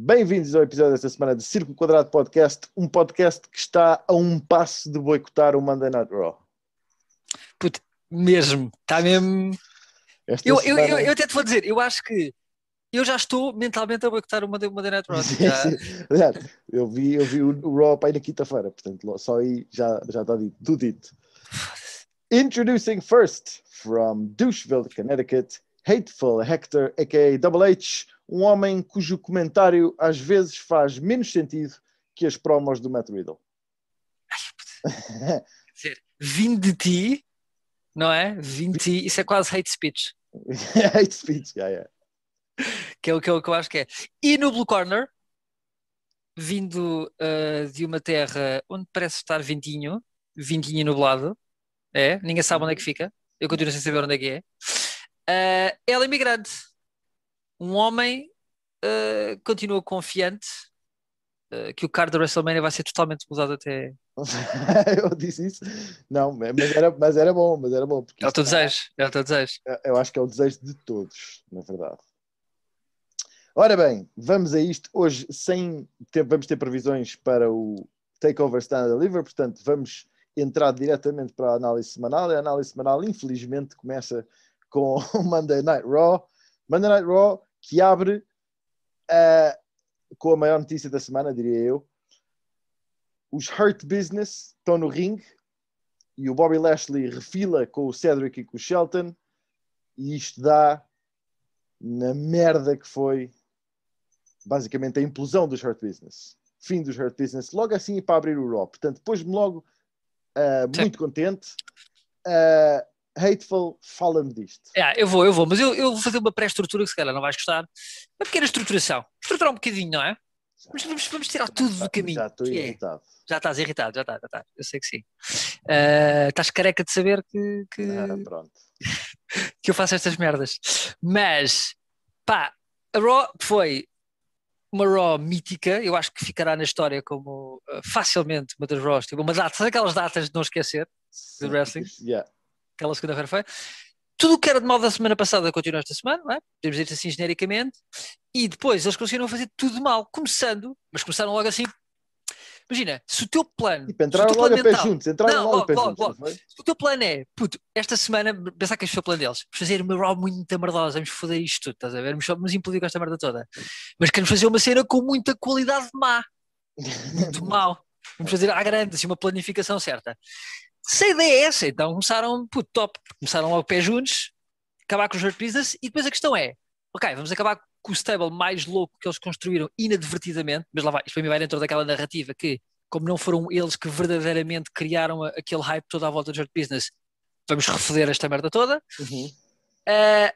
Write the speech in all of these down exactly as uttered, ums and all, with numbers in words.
Bem-vindos ao episódio desta semana de Círculo Quadrado Podcast, um podcast que está a um passo de boicotar o Monday Night Raw. Puto, mesmo, está mesmo... Eu, semana... eu, eu, eu até te vou dizer, eu acho que eu já estou mentalmente a boicotar o Monday, Monday Night Raw. Sim, já... sim. Eu vi, eu vi o, o Raw para aí na quinta-feira, portanto só aí já, já está dito, tudo dito. Introducing first, from Doucheville, Connecticut, Hateful Hector, a k a. Double H, um homem cujo comentário às vezes faz menos sentido que as promos do Matt Riddle. Quer dizer, vindo de ti, não é? Vindo de ti, isso é quase hate speech. Hate speech, yeah, yeah. Que é o que eu, que eu acho que é. E no Blue Corner, vindo uh, de uma terra onde parece estar ventinho, ventinho e nublado, é, ninguém sabe onde é que fica, eu continuo sem saber onde é que é. Uh, ela é imigrante. Um homem uh, continua confiante uh, que o card da WrestleMania vai ser totalmente mudado até... Eu disse isso? Não, mas era, mas era bom, mas era bom. É o teu desejo, é o teu desejo. Eu acho que é o desejo de todos, na verdade. Ora bem, vamos a isto. Hoje sem ter, vamos ter previsões para o Takeover Stand and Deliver, portanto vamos entrar diretamente para a análise semanal. A análise semanal, infelizmente, começa com o Monday Night Raw. Monday Night Raw, que abre uh, com a maior notícia da semana, diria eu. Os Hurt Business estão no ringue e o Bobby Lashley refila com o Cedric e com o Shelton, e isto dá na merda que foi basicamente a implosão dos Hurt Business. Fim dos Hurt Business, logo assim para abrir o Raw. Portanto, pôs-me logo uh, muito contente. Uh, Hateful, fala-me disto. É, eu vou, eu vou, mas eu, eu vou fazer uma pré-estrutura que se calhar não vais gostar. Uma pequena estruturação. Estruturar um bocadinho, não é? Mas vamos, vamos tirar tudo do caminho. Já estou que irritado. É. Já estás irritado, já estás, já estás. Eu sei que sim. Uh, estás careca de saber que, que, ah, pronto. que eu faço estas merdas. Mas, pá, a Raw foi uma Raw mítica. Eu acho que ficará na história como uh, facilmente uma das Raws. Tipo, uma data, sabe aquelas datas de não esquecer do wrestling? Yeah. Aquela segunda-feira foi. Tudo o que era de mal da semana passada continua esta semana, não é? Podemos dizer assim genericamente. E depois eles conseguiram fazer tudo mal, começando, mas começaram logo assim. Imagina, se o teu plano. Tipo, entraram logo a pé juntos, entraram logo a pé juntos. Logo. Se o teu plano é, puto, esta semana, pensar que este foi o plano deles, vamos fazer uma Raw muito merdosa, vamos foder isto tudo, estás a ver? Vamos, vamos implodir com esta merda toda. Mas queremos fazer uma cena com muita qualidade má. Muito mal. Vamos fazer à grande, assim, uma planificação certa. Se a ideia é essa, então começaram, puto, top. Começaram logo pé juntos, acabar com os Hurt Business, e depois a questão é, ok, vamos acabar com o stable mais louco que eles construíram inadvertidamente, mas lá vai, isto para mim vai dentro daquela narrativa que, como não foram eles que verdadeiramente criaram a, aquele hype toda à volta do Hurt Business, vamos refoder esta merda toda. Uhum. Uh,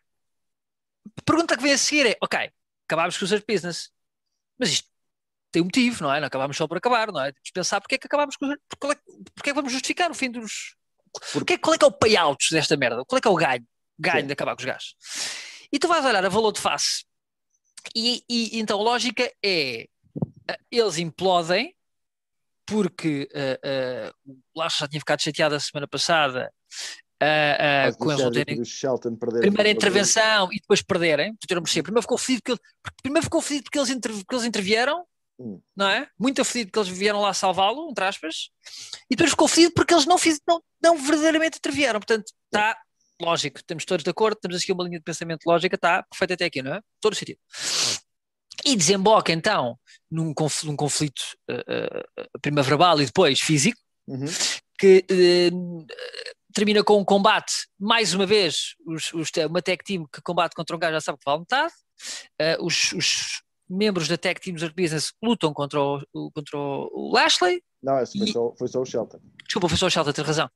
a pergunta que vem a seguir é, ok, acabámos com o Hurt Business, mas isto tem um motivo, não é? Não acabámos só por acabar, não é? Temos de pensar porque é que acabámos com os... Porque é, porque é que vamos justificar o fim dos... Porque, qual é que é o payout desta merda? Qual é que é o ganho? Ganho Sim. de acabar com os gajos. E tu vais olhar a valor de face e, e então a lógica é eles implodem porque uh, uh, o Lashley já tinha ficado chateado a semana passada uh, uh, com eles não terem primeira intervenção e depois perderem. Primeiro ficou fedido porque, primeiro ficou fedido porque eles, inter, porque eles intervieram, hum. não é? Muito fedido porque eles vieram lá salvá-lo, entre aspas, e depois ficou fedido porque eles não, fiz, não, não verdadeiramente intervieram. Portanto, está lógico, estamos todos de acordo, temos aqui uma linha de pensamento lógica, está perfeito até aqui, não é? Todo o sentido. E desemboca então num conflito, num conflito uh, uh, primeiro verbal e depois físico, uhum. que uh, termina com um combate, mais uma vez, os, os, uma tag team que combate contra um gajo já sabe que vale metade, uh, os, os membros da tag team of business lutam contra o, contra o Lashley. Não, esse foi, e, só, foi só o Shelton. Desculpa, foi só o Shelton, tens razão.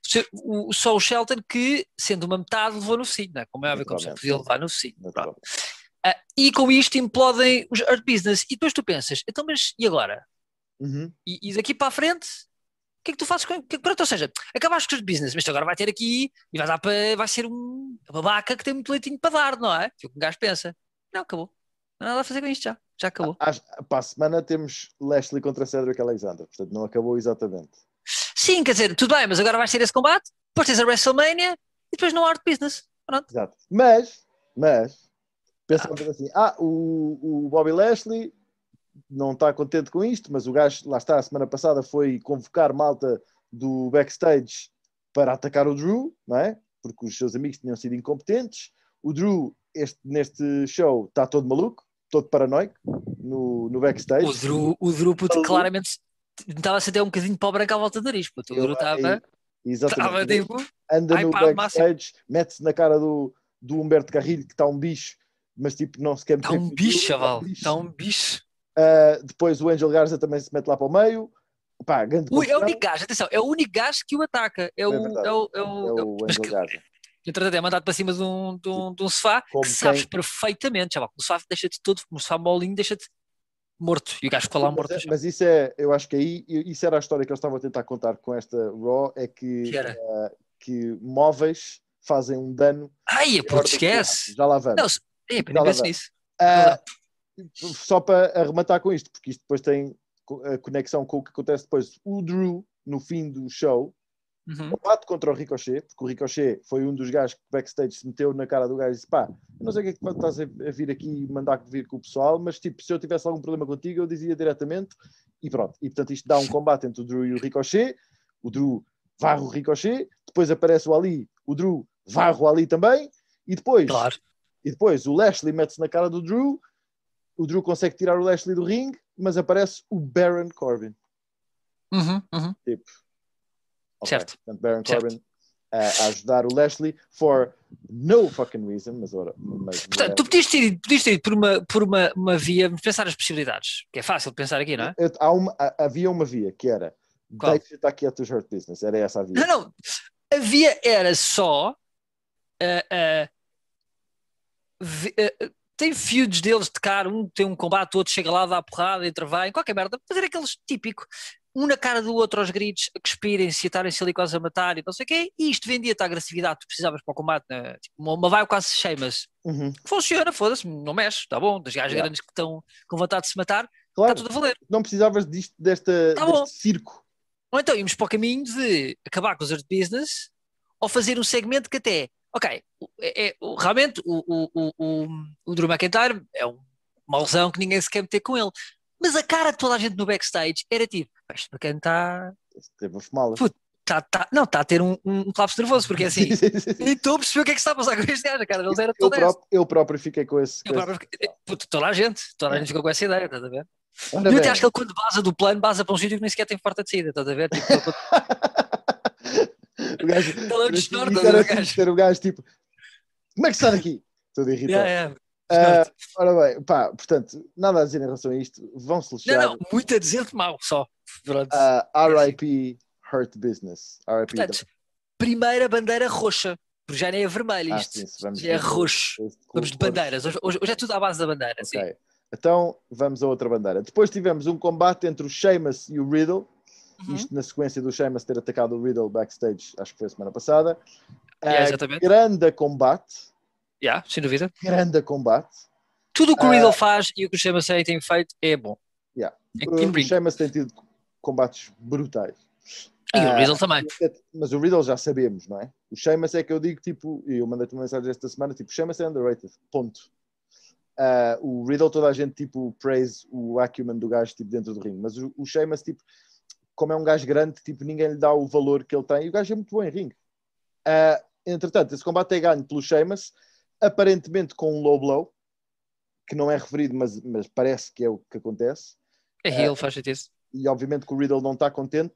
O, só o Shelton que, sendo uma metade, levou no focinho, não é? Como é óbvio, como só podia levar no focinho. Uh, e com isto implodem os Hurt Business. E depois tu pensas, então, mas e agora? Uhum. E, e daqui para a frente, o que é que tu fazes com que, pronto, ou seja, acabaste com os business, mas tu agora vai ter aqui e vai, dar para, vai ser um, uma babaca que tem muito leitinho para dar, não é? O que um gajo pensa. Não, acabou. Não há nada a fazer com isto já. Já acabou. À, para a semana temos Lashley contra Cedric Alexander, portanto não acabou exatamente. Sim, quer dizer, tudo bem, mas agora vais ter esse combate, depois tens a WrestleMania e depois não há Hurt Business. Pronto. Exato. Mas, mas, pensamos ah. assim, ah, o, o Bobby Lashley não está contente com isto, mas o gajo, lá está, a semana passada foi convocar malta do backstage para atacar o Drew, não é? Porque os seus amigos tinham sido incompetentes. O Drew, este, neste show, está todo maluco, todo paranoico, no, no backstage. O Drew, o Drew puto, claramente estava-se até um bocadinho para o branco à volta do nariz. Puto. O Drew estava... Exatamente. Tipo, anda no backstage, mete-se na cara do, do Humberto Carrilho, que está um bicho, mas tipo, não se quer meter. Está um bicho, chaval. Está um bicho. Uh, depois o Angel Garza também se mete lá para o meio. Pá, grande Ui, é o único gajo, atenção, é o único gajo que o ataca. É o, é verdade, é o, é o, é o, é o Angel que, Garza. Entretanto, é mandado para cima de um, de um, de um sofá. Como que sabes quem... perfeitamente, chaval. O sofá deixa-te todo, o sofá molinho deixa-te morto. E o gajo ficou lá morto. Mas, mas isso é, eu acho que aí, isso era a história que eles estavam a tentar contar com esta Raw, é que, que, uh, que móveis fazem um dano. Ai, puto, esquece. Já lá vamos. Não, é, nem penso nisso. Uh, só para arrematar com isto, porque isto depois tem a conexão com o que acontece depois. O Drew, no fim do show, uhum. bate contra o Ricochet, porque o Ricochet foi um dos gajos que backstage se meteu na cara do gajo e disse: pá, eu não sei o que é que estás a vir aqui e mandar vir com o pessoal, mas tipo, se eu tivesse algum problema contigo, eu dizia diretamente, e pronto. E portanto, isto dá um combate entre o Drew e o Ricochet. O Drew varre o Ricochet, depois aparece o Ali, o Drew varre o Ali também, e depois, claro. e depois o Lashley mete-se na cara do Drew. O Drew consegue tirar o Lashley do ringue, mas aparece o Baron Corbin. Uhum, uhum. Tipo, okay. Certo. Portanto, Baron certo. Corbin uh, a ajudar o Lashley for no fucking reason. Mas, ora, mas Portanto, tu podias ter ido, podias ter ido por, uma, por uma, uma via, pensar as possibilidades, que é fácil de pensar aqui, não é? Eu, há uma, havia uma via que era deixa-te aqui a tua hurt business. Era essa a via. Não, não. A via era só. Uh, uh, vi, uh, tem feuds deles de cara, um tem um combate, o outro chega lá, dá a porrada, intervém, qualquer merda, fazer aqueles típico, um na cara do outro aos gritos, a cuspirem-se, atarem-se ali quase a matar e não sei o quê, e isto vendia-te a agressividade que tu precisavas para o combate, né? Tipo, uma, uma vai quase Sheamus. Uhum. Funciona, foda-se, não mexe, está bom, das gajas Yeah. grandes que estão com vontade de se matar, Claro, está tudo a valer. Não precisavas disto, desta, Tá deste bom. circo. Ou então íamos para o caminho de acabar com os hurt business, ou fazer um segmento que até, ok, é, é, realmente o, o, o, o, o Drew McIntyre é um mauzão que ninguém se quer meter com ele, mas a cara de toda a gente no backstage era tipo, este bacana está... Teve a fumá-la. Tá, tá, não, está a ter um, um colapso nervoso, porque assim, nem estou a perceber o que é que está a passar com este gajo, a cara deles era eu, toda próprio, eu próprio fiquei com esse... eu com próprio, esse... puto, toda a gente, toda a gente ficou com essa ideia, estás a ver? Ora Eu bem. até acho que ele quando baza do plano, baza para um sítio que nem sequer tem porta de saída, estás a ver? Tipo, o gajo, ele é um desnorte, era o assim, gajo. ter o gajo tipo, como é que sai daqui? Todo irritado. Yeah, yeah. Uh, ora bem, pá, portanto, nada a dizer em relação a isto. Vão-se lixar. Não, não, muito a dizer-te mal, só. Pronto. Uh, R I P Hurt Business. R I P Portanto, primeira bandeira roxa, porque já nem é vermelho isto. Ah, sim, vamos já é roxo. Vamos de bandeiras. Hoje, hoje, hoje é tudo à base da bandeira. Ok. Sim. Então, vamos a outra bandeira. Depois tivemos um combate entre o Sheamus e o Riddle. Uhum. Isto na sequência do Sheamus ter atacado o Riddle backstage, acho que foi a semana passada. Yeah, uh, exatamente. Grande combate. Yeah, sem dúvida. Grande combate. Tudo o que o Riddle Uh, faz e o que o Sheamus tem feito é bom. Yeah. É Uh, o Sheamus tem tido combates brutais. E uh, o Riddle também. Mas o Riddle já sabemos, não é? O Sheamus é que eu digo, tipo, e eu mandei-te uma mensagem esta semana, tipo, Sheamus é underrated, ponto. Uh, o Riddle, toda a gente, tipo, praise o acumen do gajo, tipo, dentro do ringue. Mas o, o Sheamus, tipo, como é um gajo grande, tipo, ninguém lhe dá o valor que ele tem. E o gajo é muito bom em ringue. Uh, entretanto, esse combate é ganho pelo Sheamus, aparentemente com um low blow, que não é referido, mas, mas parece que é o que acontece. É heel, uh, faz sentido. E obviamente que o Riddle não está contente.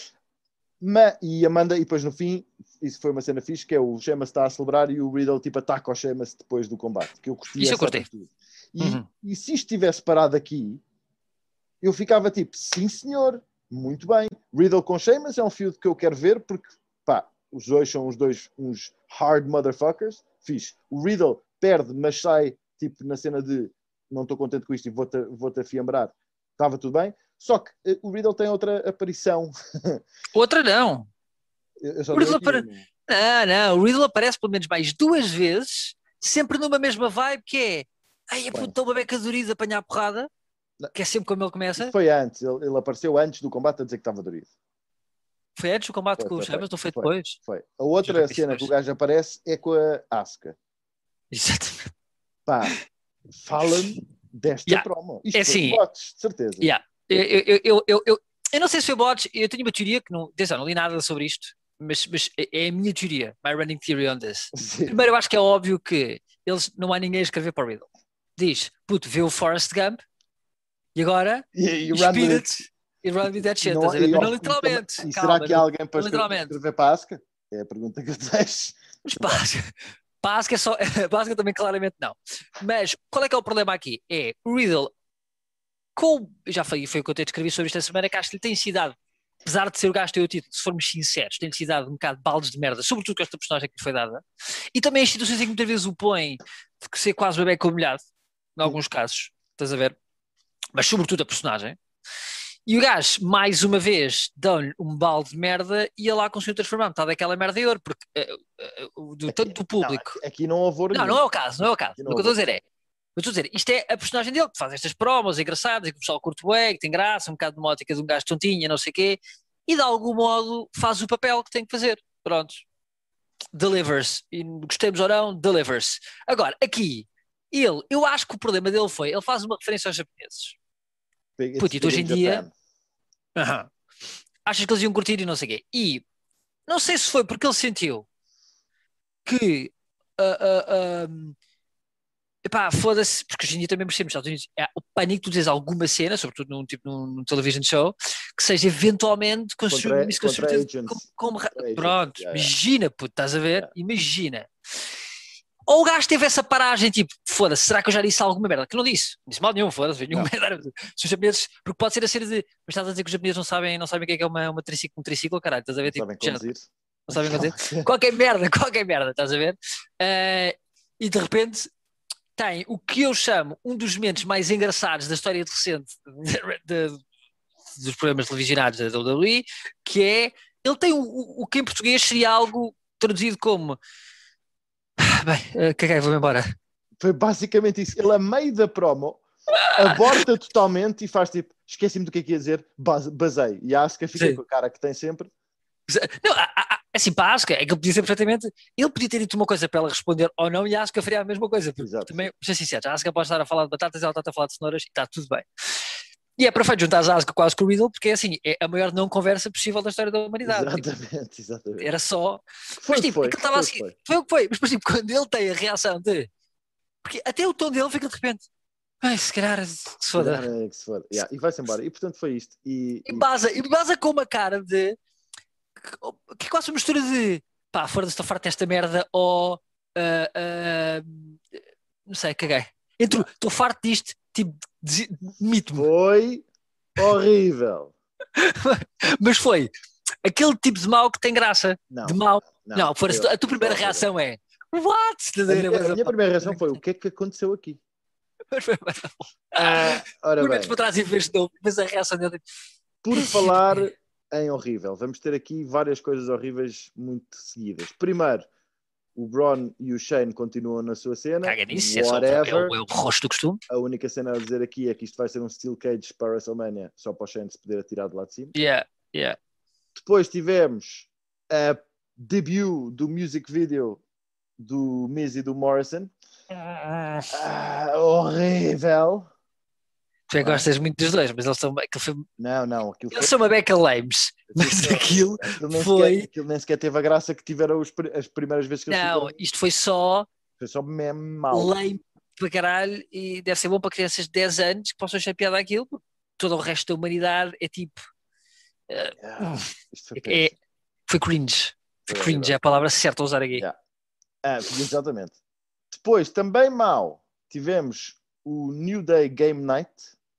Mas, e Amanda, e depois no fim, isso foi uma cena fixe, que é o Sheamus está a celebrar e o Riddle tipo ataca o Sheamus depois do combate. Que eu curti isso eu essa curti. E, uhum. e se isto tivesse parado aqui, eu ficava tipo, sim senhor, muito bem. Riddle com Sheamus é um feud que eu quero ver, porque pá, os dois são os dois uns hard motherfuckers. Fixe. O Riddle perde, mas sai tipo na cena de não estou contente com isto e vou-te vou-te afiambrar. Estava tudo bem. Só que uh, o Riddle tem outra aparição. Outra não. Eu só o Riddle aqui, apare... Não, não. O Riddle aparece pelo menos mais duas vezes, sempre numa mesma vibe, que é ai, a puta, uma beca dorido de apanhar porrada, não. Que é sempre como ele começa. Isso foi antes. Ele, ele apareceu antes do combate a dizer que estava dorido. Foi antes do combate foi, com o Sheamus, não foi depois? Foi. A outra cena que o gajo aparece é com a Asuka. Exatamente. Pá, Fallon desta Yeah. promo. Isto É foi assim, bots, de certeza. Yeah. Eu, eu, eu, eu, eu, eu não sei se foi bots, eu tenho uma teoria que não, atenção, não li nada sobre isto, mas, mas é a minha teoria, my running theory on this. Sim. Primeiro, eu acho que é óbvio que eles, não há ninguém a escrever para o Riddle. Diz, puto, vê o Forrest Gump e agora E, e run inspira-te e run with that shit, não, estás a ver? e, Mas não e literalmente, também- e calma, será que há não, alguém para não escrever, literalmente. escrever para a Asuka? É a pergunta que eu te deixo. Mas Páscoa, Páscoa é só, Páscoa também claramente não. Mas qual é que é o problema aqui? É o Riddle, com, já foi, foi o que eu te escrevi sobre isto esta semana, que acho que lhe tem sido dado, apesar de ser o gajo ter o título, se formos sinceros, tem sido dado um bocado de baldes de merda, sobretudo com esta personagem que lhe foi dada, e também as situações em que muitas vezes o põem de que ser quase bebê com molhado, em alguns casos, estás a ver? Mas sobretudo a personagem. E o gajo, mais uma vez, dão-lhe um balde de merda e ele lá conseguiu transformar metade daquela merda em ouro, porque uh, uh, do, tanto do público. Não, aqui não houve ouro Não, nenhum. não é o caso, não é o caso. O que não eu estou a houve dizer é, eu estou a dizer, isto é a personagem dele que faz estas promos engraçadas e que o pessoal curte bem, que tem graça, um bocado de mótica de um gajo tontinho, não sei o quê, e de algum modo faz o papel que tem que fazer. Pronto. Delivers. E gostemos ou não, delivers. Agora, aqui, ele, eu acho que o problema dele foi, ele faz uma referência aos japoneses. It's Puto, e big hoje em in dia, Japan. aham, achas que eles iam curtir e não sei o quê. E não sei se foi porque ele sentiu que ah, ah, ah, epá, foda-se, porque hoje em dia também percebemos nos Estados Unidos, é o pânico de tu dizes alguma cena, sobretudo num, tipo, num, num television show, que seja eventualmente construído Contra, isso com contra certeza. agents. Como, como, Contra agents. pronto, Yeah, yeah. imagina, puto, estás a ver? Yeah. Imagina. Ou o gajo teve essa paragem, tipo, foda-se, será que eu já disse alguma merda? Que não disse, não disse mal nenhum, foda-se, nenhuma merda. Se os japoneses, porque pode ser a ser de, mas estás a dizer que os japoneses não sabem, não sabem o que é que é uma, uma triciclo, um triciclo, caralho, estás a ver? Não Tipo, sabem já- conduzir. não sabem conduzir. Qualquer merda, qualquer merda, estás a ver? Eh, e de repente tem o que eu chamo um dos momentos mais engraçados da história de recente de- de- dos programas televisionados da W W E, que é, ele tem o, o, o que em português seria algo traduzido como "Ah, bem, uh, caguei, vou-me embora." Foi basicamente isso. Ele, a meio da promo, aborta totalmente e faz tipo, esqueci-me do que é que ia dizer, base- basei. E a Asuka fica Sim. com a cara que tem sempre. Não, a- a- a- assim, para a Asuka, é que ele podia ser perfeitamente. Ele podia ter dito uma coisa para ela responder ou não, e a Asuka faria a mesma coisa. Porque Exato. também, vou ser sincero, a Asuka pode estar a falar de batatas, ela está a falar de cenouras e está tudo bem. E é perfeito juntar a Asuka quase com o Riddle, porque é assim, é a maior não conversa possível da história da humanidade. Tipo, Exatamente, exatamente. era só. Foi Mas o que tipo, foi, aquilo estava foi o assim. que foi. Foi o que foi. Mas por exemplo, quando ele tem a reação de. Porque até o tom dele fica de repente. Ai, se calhar se foda. Cara, é que se foda. Yeah, e vai-se embora. E portanto foi isto. E, E e- basa, e basa com uma cara de. Que é quase uma mistura de. Pá, foda-se, estou farto desta merda ou. ah, ah, não sei, caguei. Entre o, estou farto disto, tipo, desi- demito-me. foi horrível. Mas foi aquele tipo de mau que tem graça. Não, De mau. não, Não, foi foda-se, a tua horrível. primeira reação é. What? A minha, a minha primeira reação foi: o que é que aconteceu aqui? Mas foi bué da bom. Ah, ora Por bem, menos para trás e vês de novo, vês a reação dele. por falar em horrível, vamos ter aqui várias coisas horríveis muito seguidas. Primeiro, o Braun e o Shane continuam na sua cena. Caga nisso, é, só, é, Whatever. o, é o rosto do costume. A única cena a dizer aqui é que isto vai ser um Steel Cage para a WrestleMania, só para o Shane se poder atirar de lá de cima. Yeah, yeah. Depois tivemos a debut do music video do Miz e do Morrison. Ah, horrível. Tu é que gostas muito dos dois, mas eles são, aquilo foi, Não, não. Aquilo eles foi, são uma beca lames. Mas aquilo aquilo nem foi. Sequer, aquilo nem sequer teve a graça que tiveram os, as primeiras vezes que eles Não, fizeram. isto foi só Foi só mesmo mal. lame para caralho e deve ser bom para crianças de dez anos que possam achar piada aquilo, porque todo o resto da humanidade é tipo. Ah, isto foi É, péssimo. foi cringe. Foi Foi cringe, horrível. é a palavra certa a usar aqui. Yeah. Ah, exatamente. Depois, também mal, tivemos o New Day Game Night,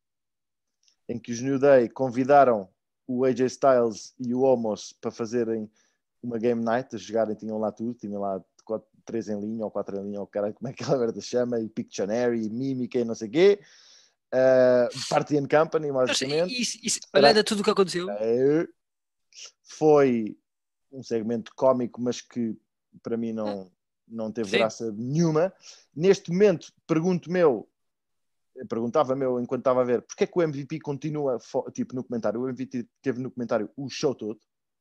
em que os New Day convidaram o A J Styles e o Omos para fazerem uma Game Night, a jogarem, tinham lá tudo, tinham lá quatro, três em linha ou quatro em linha, ou caralho, como é que ela merda chama, e Pictionary, e Mímica e não sei o quê. Uh, Party and Company, basicamente. Isso, isso, olhando a tudo o que aconteceu. Uh, foi um segmento cómico, mas que para mim não, não teve Sim. graça nenhuma. Neste momento, pergunto meu, perguntava meu enquanto estava a ver, porque é que o M V P continua tipo no comentário? O M V P teve no comentário o show todo.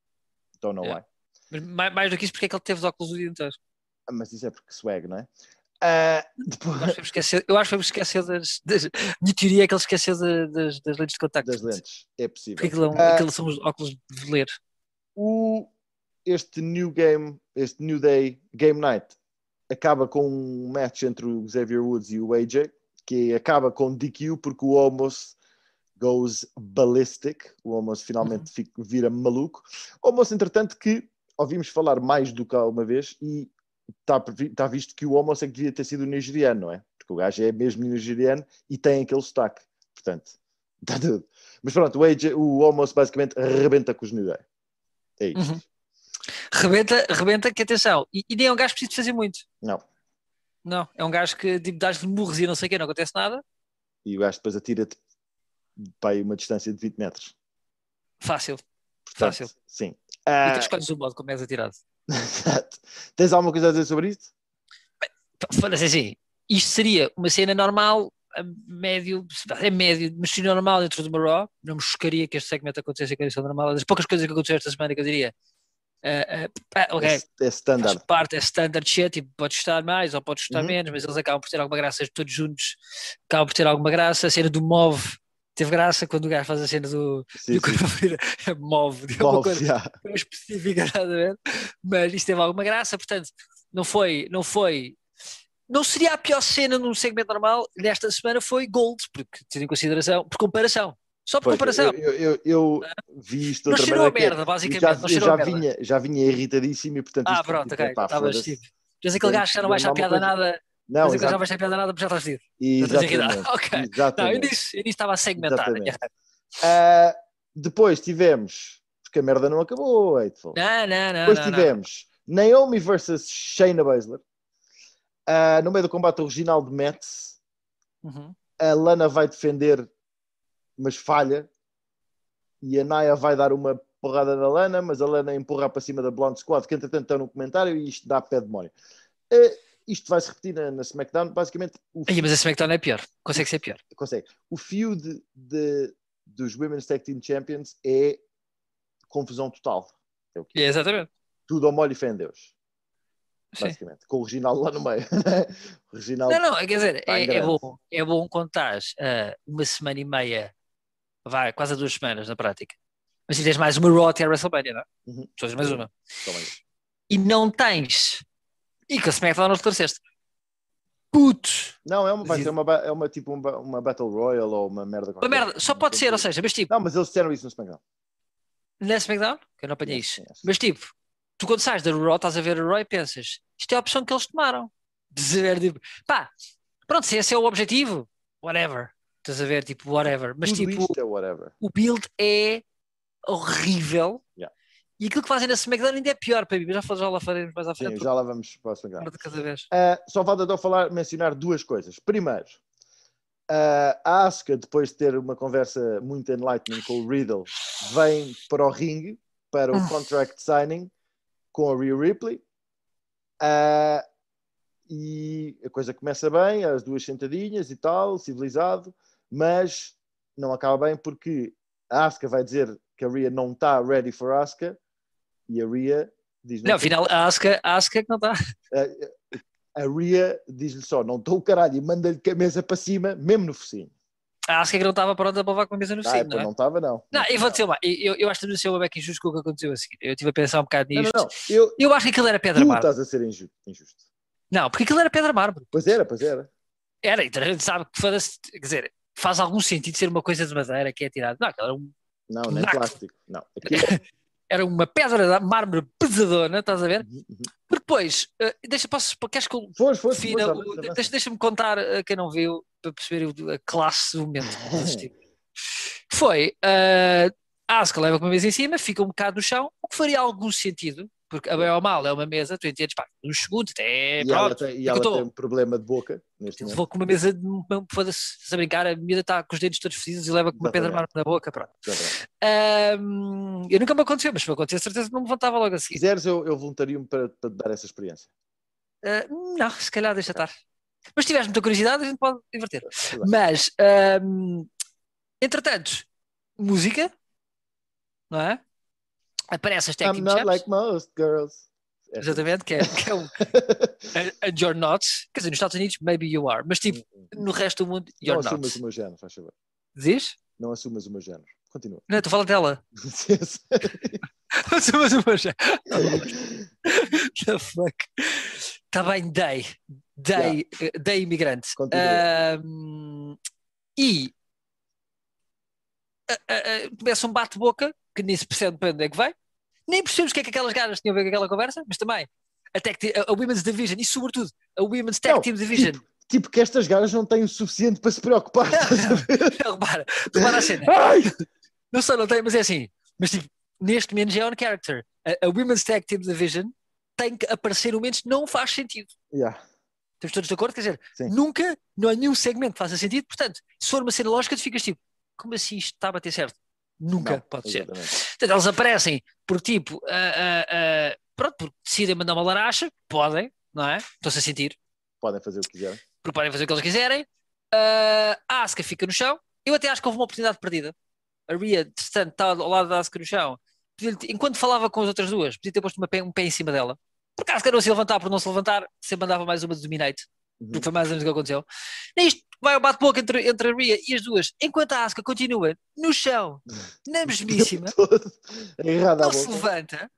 Don't know Yeah. why. Mas mais, mais do que isso, porque é que ele teve os óculos o dia inteiro? Ah, mas isso é porque swag, não é? Uh, Eu depois... acho que vamos esquecer, eu acho que vamos esquecer das, das. Minha teoria é que ele esqueceu de- das, das lentes de contacto. das lentes, é Porque possível. aquilo, é um- Uh, aquilo são os óculos de ler. o, este New Game, este New Day Game Night, acaba com um match entre o Xavier Woods e o A J, que acaba com D Q, porque o Omos goes ballistic, o Omos finalmente Uhum. fica, vira maluco. O Omos, entretanto, que ouvimos falar mais do que há uma vez, e está tá visto que o Omos é que devia ter sido nigeriano, não é? Porque o gajo é mesmo nigeriano e tem aquele sotaque. Portanto, está tudo. Mas pronto, o, A J, o Omos basicamente arrebenta com os New Day. É isto. Uhum. Rebenta, rebenta, que atenção. E, e nem é um gajo que precisa de fazer muito. Não. Não, é um gajo que tipo, dás-lhe murros e não sei o quê, não acontece nada. E o gajo depois atira-te para aí uma distância de vinte metros. Fácil, Portanto, fácil. sim. E Uh... tu escolhes o modo como és atirado. Tens alguma coisa a dizer sobre isto? Foda-se assim, isto seria uma cena normal, a médio, é médio, mas seria normal dentro de uma Raw. Não me chocaria que este segmento acontecesse em condição normal. Das poucas coisas que aconteceram esta semana que eu diria, uh, uh, ah, ok, É, é standard. faz parte, é standard shit, tipo, pode estar mais ou pode estar Uhum. menos, mas eles acabam por ter alguma graça, todos juntos acabam por ter alguma graça. A cena do move teve graça quando o gajo faz a cena do, Sim, do sim. move, de Move, uma coisa yeah. específica, nada a ver? Mas isto teve alguma graça, portanto, não foi, não foi. Não seria a pior cena num segmento normal. Nesta semana foi Gold, porque tendo em consideração, por comparação. Só por Pois, comparação. eu, eu, eu vi isto de Não outra cheirou a maneira. merda, Que é, eu basicamente. já, Não eu cheirou já, a merda. vinha, já vinha irritadíssimo e portanto Ah, isto pronto, tipo, ok. é pá, Estavas foda-se. tipo. Tens aquele gajo que já não vai achar Dê-me alguma piada a coisa. nada. Não, Tens aquele que já exato. não vai achar piada a nada porque já estás fedido. Já estás irritado. Exatamente. Ok. Não, eu Exatamente. disse, eu disse estava a segmentar. Exatamente. Uh, depois tivemos, porque a merda não acabou, Eightful. Não, não, não, Depois não, não. tivemos Naomi versus Shayna Baszler. Uh, no meio do combate original de Metz, Uhum. a Lana vai defender, mas falha. E a Naya vai dar uma porrada na Lana, mas a Lana empurra para cima da Blonde Squad, que entretanto está no comentário, e isto dá pé de demónio. Uh, isto vai se repetir na, na SmackDown. Basicamente, o Aí, mas a SmackDown é pior. Consegue ser pior. consegue. O feud de, dos Women's Tag Team Champions é confusão total. É o que É, exatamente. tudo ao molho e fé em Deus. Sim. Basicamente. Com o Reginaldo lá no meio. O Reginaldo Não, não, quer dizer, tá em é, é grande. bom. É bom contar uh, uma semana e meia, vai, quase duas semanas na prática. Mas se tens mais uma Raw até a WrestleMania, não é? Uhum. Só tens mais uma. Toma aí. E não tens. E que a SmackDown não esclareceste. Puto! Não, é uma, vai Diz- ser uma, ba- é uma tipo uma, uma Battle Royale ou uma merda Uma qualquer. merda, só pode ser, ou seja, mas tipo, Não, mas eles disseram isso no SmackDown. na SmackDown, que eu não apanhei Yes, isso, yes. mas tipo, tu quando sais da Raw, estás a ver a Raw e pensas, isto é a opção que eles tomaram. De ver, tipo, pá, pronto, se esse é o objetivo, whatever. Estás a ver, tipo, whatever. Mas Tudo tipo, isto é whatever. o build é horrível. Yeah. E aquilo que fazem na SmackDown ainda é pior para mim. Mas já, fal- já lá faremos mais à Sim, frente. já lá vamos para o SmackDown. Uma de cada vez. Uh, só falta então falar, mencionar duas coisas. Primeiro, uh, a Asuka, depois de ter uma conversa muito enlightening com o Riddle, vem para o ringue para o Hum. contract signing com a Rhea Ripley. Uh, e a coisa começa bem, as duas sentadinhas e tal, civilizado, mas não acaba bem porque a Asuka vai dizer que a Rhea não está ready for Asuka e a Rhea diz Não, não, afinal, a Asuka, a Asuka que não está. a Rhea diz-lhe só, não estou o caralho, e manda-lhe a mesa para cima, mesmo no focinho. A Asuka que não estava pronta para levar com a mesa no Ah, focinho, então não é? não estava, não. Não, Não, eu vou dizer uma, eu, eu acho que deve ser uma beca injusto com o que aconteceu a seguir. Eu estive a pensar um bocado não, nisto. não, não. Eu, Eu acho que aquilo era pedra tu mármore. estás a ser injusto. injusto. Não, porque aquilo era pedra mármore. Pois era, pois era. Era, então a gente sabe que foda-se, quer dizer, faz algum sentido ser uma coisa de madeira que é tirada. Não, aquilo era, um, Não, nem Naco. plástico. Não. Aquilo... era uma pedra de mármore pesadona, estás a ver? Uhum, uhum. Porque depois, uh, deixa, posso, queres que eu Força, força, defina, força, o- avança, avança. deixa, deixa-me contar a quem não viu, para perceber o- a classe do momento. que existiu. Foi, uh, a Asuka leva com uma mesa em cima, fica um bocado no chão, o que faria algum sentido, porque a bem ou mal é uma mesa, tu entendes, pá, uns segundos, até E ela, pronto. tem, e é que ela eu tô- tem um problema de boca neste momento. Vou com uma mesa, de- foda-se, a brincar, a miúda está com os dentes todos fedidos e leva com uma pedra Exatamente. mármore na boca, pronto. Exatamente. Ahm, eu nunca me aconteceu, mas se me acontecer, certeza que não me levantava logo a Se seguir. quiseres, eu, eu voluntario-me para, para te dar essa experiência. Ah, não, se calhar deixa estar. Mas se tiveres muita curiosidade, a gente pode diverter. Tudo bem. Mas, ahm, entretanto, música, não é? Aparece as Tag I'm Team not Champs. like most girls. esta- Exatamente, que é, que é um and, and you're not, quer dizer, nos Estados Unidos maybe you are, mas tipo, no resto do mundo Não you're not. assumas o meu género, faz favor. Diz? Não assumas o meu género. Continua. Não, estou a falar dela. Assumas o meu género. The fuck? Está bem, day. Day, eh, day imigrante. Continua. Ahm, e ah, ah, ah, começa um bate-boca que nem se percebe para onde é que vai. Nem percebemos o que é que aquelas gajas tinham a ver com aquela conversa, mas também a, tech, te- a, a Women's Division e, sobretudo, a Women's Tag Não, Team Division. Tipo, tipo que estas gajas não têm o suficiente para se preocupar. estás a ver? Não, repara, repara a cena. Ai! Não só não tem, mas é assim. Mas tipo, neste menos é on character. A, a Women's Tag Team Division tem que aparecer momentos que não faz sentido. Yeah, Estamos todos de acordo? Quer dizer, Sim. nunca, não há nenhum segmento que faça sentido. Portanto, se for uma cena lógica, tu ficas tipo, como assim isto está a bater certo? Nunca não, pode ser. exatamente. Portanto, eles aparecem por tipo, ah, ah, ah, pronto, porque decidem mandar uma laracha, podem, não é? Estão-se a sentir, Podem fazer o que quiserem. porque podem fazer o que eles quiserem. Ah, a Asuka fica no chão. Eu até acho que houve uma oportunidade perdida. A Rhea, entretanto, está ao lado da Asuka no chão. Podia-lhe ter- Enquanto falava com as outras duas, podia ter posto uma pé- um pé em cima dela. Porque a Asuka não se levantar por não se levantar, sempre mandava mais uma de Dominate. Uhum. Porque foi mais ou menos o que aconteceu. Nisto vai o bate-boca entre, entre a Rhea e as duas, enquanto a Asuka continua no chão, na mesmíssima, Todo agarrado à não se boca. levanta.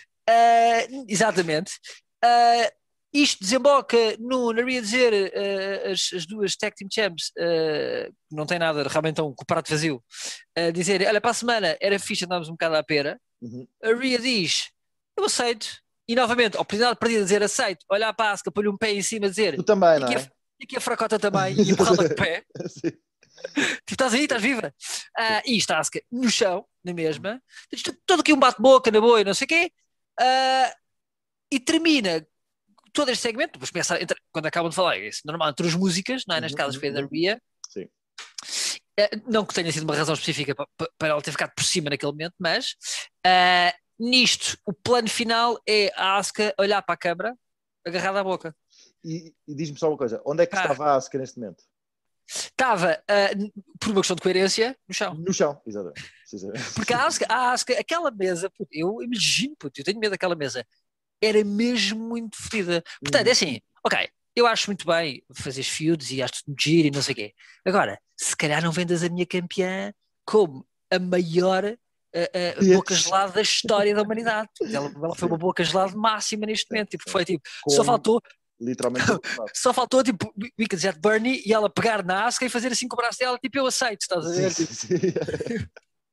Ah, exatamente. Ah, isto desemboca no, na Rhea dizer ah, as, as duas Tag Team Champs, ah, não tem nada, realmente é um prato vazio, a dizer, olha, para a semana era fixe andarmos um bocado à pera. Uhum. A Rhea diz, eu aceito. E novamente, a oportunidade perdida de dizer aceito, olhar para a Asuka, pôr-lhe um pé em cima, dizer, Tu também, e não aqui, é? a, e aqui a fracota também, e empurrá-la de pé. Sim. Tipo, estás aí, estás viva. Ah, e está a Asuka no chão, na mesma. Isto, todo aqui um bate-boca na boa e não sei o quê. Ah, e termina todo este segmento. Depois começa a entrar- quando acabam de falar, é isso normal, entre as músicas, não é? Neste Uhum, caso foi da uhum. Rhea. Sim. Ah, não que tenha sido uma razão específica pa- pa- para ela ter ficado por cima naquele momento, mas ah, nisto, o plano final é a Asuka olhar para a câmara, agarrada à boca. E, e diz-me só uma coisa: onde é que Pá. estava a Asuka neste momento? Estava, ah, n- por uma questão de coerência, no chão. No chão, exatamente. Precisamente. Porque a Asuka, a Asuka, aquela mesa, puto, eu imagino, puto, eu tenho medo daquela mesa, era mesmo muito fodida. Portanto, é assim, ok, eu acho muito bem fazer feuds e acho tudo giro e não sei o quê. Agora, se calhar não vendas a minha campeã como a maior uh, uh, Bitch. boca gelada da história da humanidade. Ela, ela foi Sim. uma boca gelada máxima neste Sim, momento. Tipo, sim. foi tipo, Como só faltou, Literalmente. só faltou tipo, Wicked Jet Bernie e ela pegar na Asuka e fazer assim com o braço dela, tipo, eu aceito, estás a Sim, ver? sim, sim.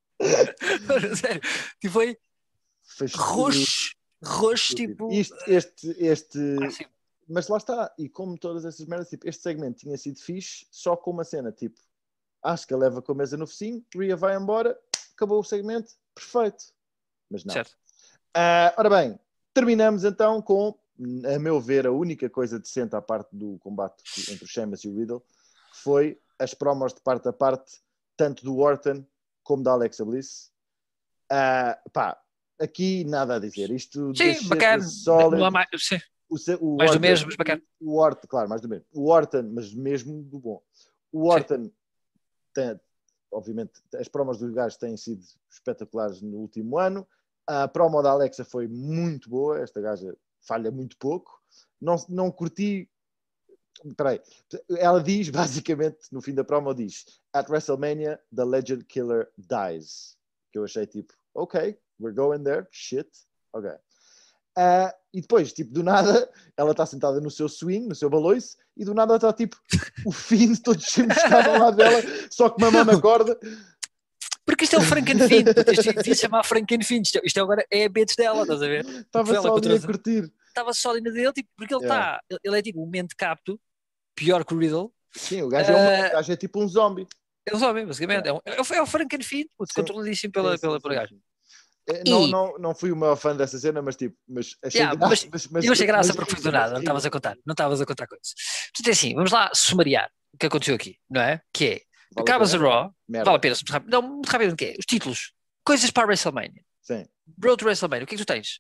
Sério, tipo, foi Fez roxo, roxo, tudo. tipo. Isto, este, este, ah, sim. mas lá está, e como todas essas merdas, tipo, este segmento tinha sido fixe só com uma cena, tipo, Asuka leva com a mesa no focinho, Rhea vai embora, acabou o segmento, perfeito. Mas não. Certo. Ah, ora bem, terminamos então com, a meu ver, a única coisa decente à parte do combate entre o Sheamus e o Riddle, que foi as promos de parte a parte, tanto do Orton como da Alexa Bliss. Ah, pá, aqui nada a dizer. Isto Sim, deixa bacana. sólido. Não há mais, sim, O, se- o mais do Orton- mesmo, mas bacana. O Orton, claro, mais do mesmo. O Orton, mas mesmo do bom. O Orton tem, obviamente, as promos dos gajos têm sido espetaculares no último ano. A promo da Alexa foi muito boa. Esta gaja falha muito pouco. Não, não curti. Espera aí. Ela diz, basicamente, no fim da promo, diz: At WrestleMania, the Legend Killer dies. Que eu achei tipo, ok, we're going there. Shit. Ok. Uh, e depois, tipo, do nada, ela está sentada no seu swing, no seu baloiço, e do nada está, tipo, o fim de todos sempre buscado ao lado dela, só que mamando a corda. Porque isto é o Frankenfin, puto, isto devia se chamar Frankenfin, isto, isto agora é a bits dela, estás a ver? Estava Foi ela só que ali trouxe. a curtir. Estava só ali na dele, tipo, porque ele está, Yeah. ele, ele é tipo um mente capto, pior que o Riddle, Sim, o gajo, é, um, Uh, o gajo é tipo um zombie. é o homem, basicamente, é, um, é, o, é o Frankenfin, puto, Sim. controladíssimo pela, Sim, pela, sim, pela sim, gaja. sim. Eh, Não, E- não, não fui o maior fã dessa cena, mas tipo, mas achei Yeah, graça. mas Mas, eu achei graça mas porque foi ri, do nada, mas não ri. estavas a contar, não estavas a contar coisas. Portanto, é assim, vamos lá sumariar o que aconteceu aqui, não é? Que é, Vale a acabas a pena? Raw, Merda. vale a pena, muito rápido, não, muito rápido, o que é? Os títulos, coisas para a WrestleMania, Sim. Road to WrestleMania, o que é que tu tens?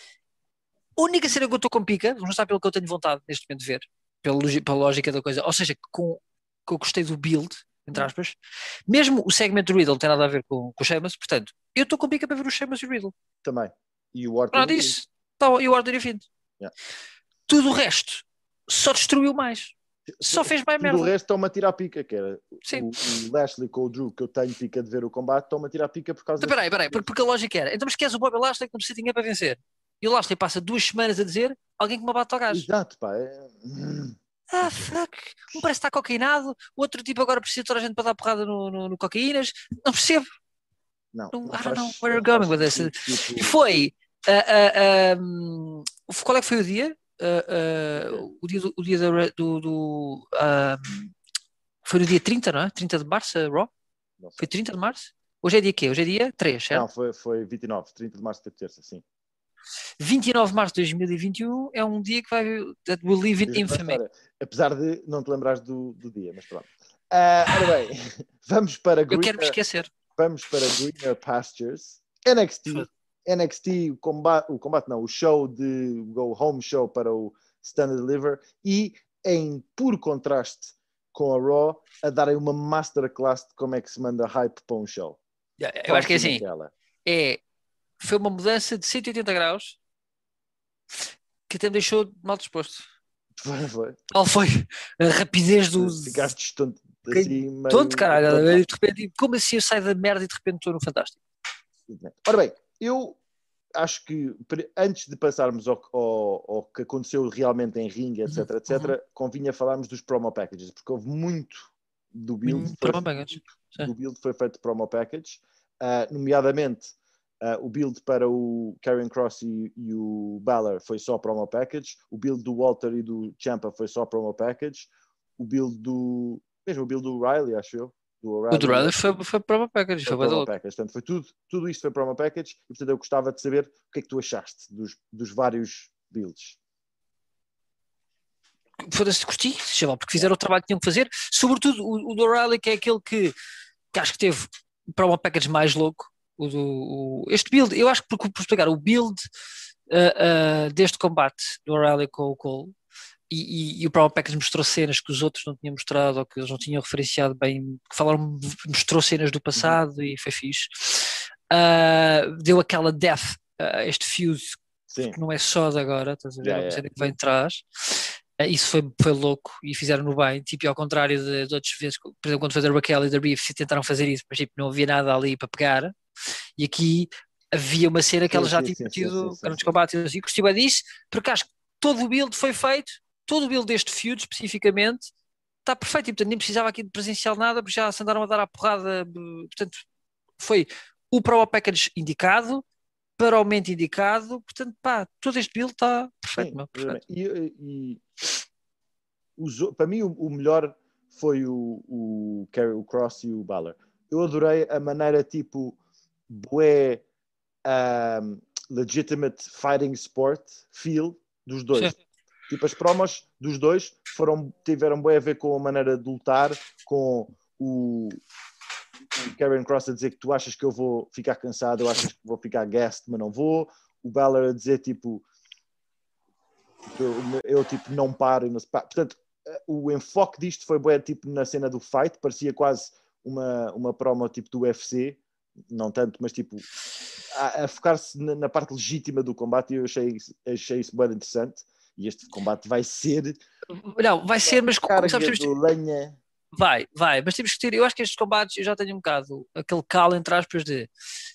A única cena que eu estou com pica, vamos estar pelo que eu tenho vontade neste momento de ver, pela, logi- pela lógica da coisa, ou seja, com, que eu gostei do build, entre aspas, mesmo o segmento do Riddle não tem nada a ver com, com o Sheamus, portanto, eu estou com pica para ver o Sheamus e o Riddle. Também. E o Orton. Pronto, isso. Tá, e o Orton Fiend. Yeah. Tudo o resto só destruiu mais. Só fez mais Tudo merda. o resto estão-me a tirar pica, que era Sim. o, o Lashley com o Drew, que eu tenho pica de ver o combate, estão-me a tirar pica por causa Então, peraí, peraí, porque, porque a lógica era, então mas queres o Bobby Lashley que não precisa de ninguém para vencer? E o Lashley passa duas semanas a dizer alguém que me abate ao gajo. Exato, pá. É... hum. Ah, fuck. Um parece estar cocainado, o outro tipo agora precisa de toda a gente para dar porrada no, no, no cocaínas. Não percebo. Não, Não, não I don't faz, know where you're não going with faz this. sentido, tipo, E foi. ah, ah, ah, hum, qual é que foi o dia? Ah, ah, o dia do. O dia da- do, do, ah, foi no dia trinta, não é? trinta de março, a Raw? não sei. Foi trinta de março? Hoje é dia quê? Hoje é dia três, certo? Não, foi, foi vinte e nove, trinta de março da terça, sim. vinte e nove de março de dois mil e vinte e um é um dia que vai. That will live in Diz aquela infamy. história. Apesar de não te lembrares do, do dia, mas pronto. Ah, ora bem, vamos para Eu quero me Greener, esquecer. vamos para Greener Pastures. N X T, N X T, o combate, o combate não, o show de Go Home Show para o Stand and Deliver e em puro contraste com a Raw, a darem uma masterclass de como é que se manda hype para um show. Eu acho que é assim. Naquela. É, foi uma mudança de cento e oitenta graus que até me deixou mal disposto. Foi, foi. Qual foi a rapidez do. Ficaste tonto, assim, meio... Tonto, caralho. De repente, como assim eu saio da merda e de repente estou no Fantástico? Ora bem, eu acho que antes de passarmos ao, ao, ao que aconteceu realmente em ringue, etc, Uhum. etc, convinha falarmos dos promo packages, porque houve muito do build, Hum, foi, promo package. do build foi feito promo package, uh, nomeadamente uh, o build para o Karrion Kross e, e o Balor foi só promo package, o build do Walter e do Ciampa foi só promo package, o build do, mesmo o build do Riley, acho eu, do O do Riley foi, foi promo package. foi Foi promo bem package. Portanto, foi tudo, tudo isto foi promo package e, portanto, eu gostava de saber o que é que tu achaste dos, dos vários builds. Foda-se, curti, chaval, porque fizeram o trabalho que tinham que fazer. Sobretudo o, o do Riley, que é aquele que, que acho que teve promo package mais louco. O do, o, este build, eu acho que, por, por explicar, o build uh, uh, deste combate do Riley com o Cole. E, e, e o promo package mostrou cenas que os outros não tinham mostrado ou que eles não tinham referenciado bem, que falaram, mostrou cenas do passado uhum. E foi fixe. Uh, deu aquela death a uh, este fuse Sim. Que não é só de agora, estás a ver? Yeah, yeah. Que vem atrás. Uh, isso foi, foi louco e fizeram no bem, tipo, e ao contrário de, de outras vezes, por exemplo, quando foi da Raquel e da Reeves tentaram fazer isso, mas tipo, não havia nada ali para pegar, e aqui havia uma cena que sim, elas já sim, tinham sim, tido sim, grandes combates e gostei disso, porque acho que todo o build foi feito. Todo o build deste feud, especificamente, está perfeito. E, portanto, nem precisava aqui de presencial nada, porque já se andaram a dar a porrada. Portanto, foi o promo package indicado, para o momento indicado. Portanto, pá, todo este build está perfeito. Sim, meu, perfeito. E, e os, para mim, o, o melhor foi o, o Karrion Kross e o Balor. Eu adorei a maneira, tipo, bué, um, legitimate fighting sport feel dos dois. Sim. Tipo, as promos dos dois foram, tiveram bem a ver com a maneira de lutar, com o, o Karrion Kross a dizer que tu achas que eu vou ficar cansado, eu achas que vou ficar gassed, mas não vou. O Balor a dizer, tipo, eu, eu tipo, não paro. Não, portanto, o enfoque disto foi bem, tipo, na cena do fight, parecia quase uma, uma promo, tipo, do U F C, não tanto, mas, tipo, a, a focar-se na, na parte legítima do combate, e eu achei, achei isso bem interessante. E este combate vai ser... Não, vai ser, mas como sabes... Temos... lenha... Vai, vai, mas temos que ter... Eu acho que estes combates, eu já tenho um bocado aquele calo, entre aspas, de...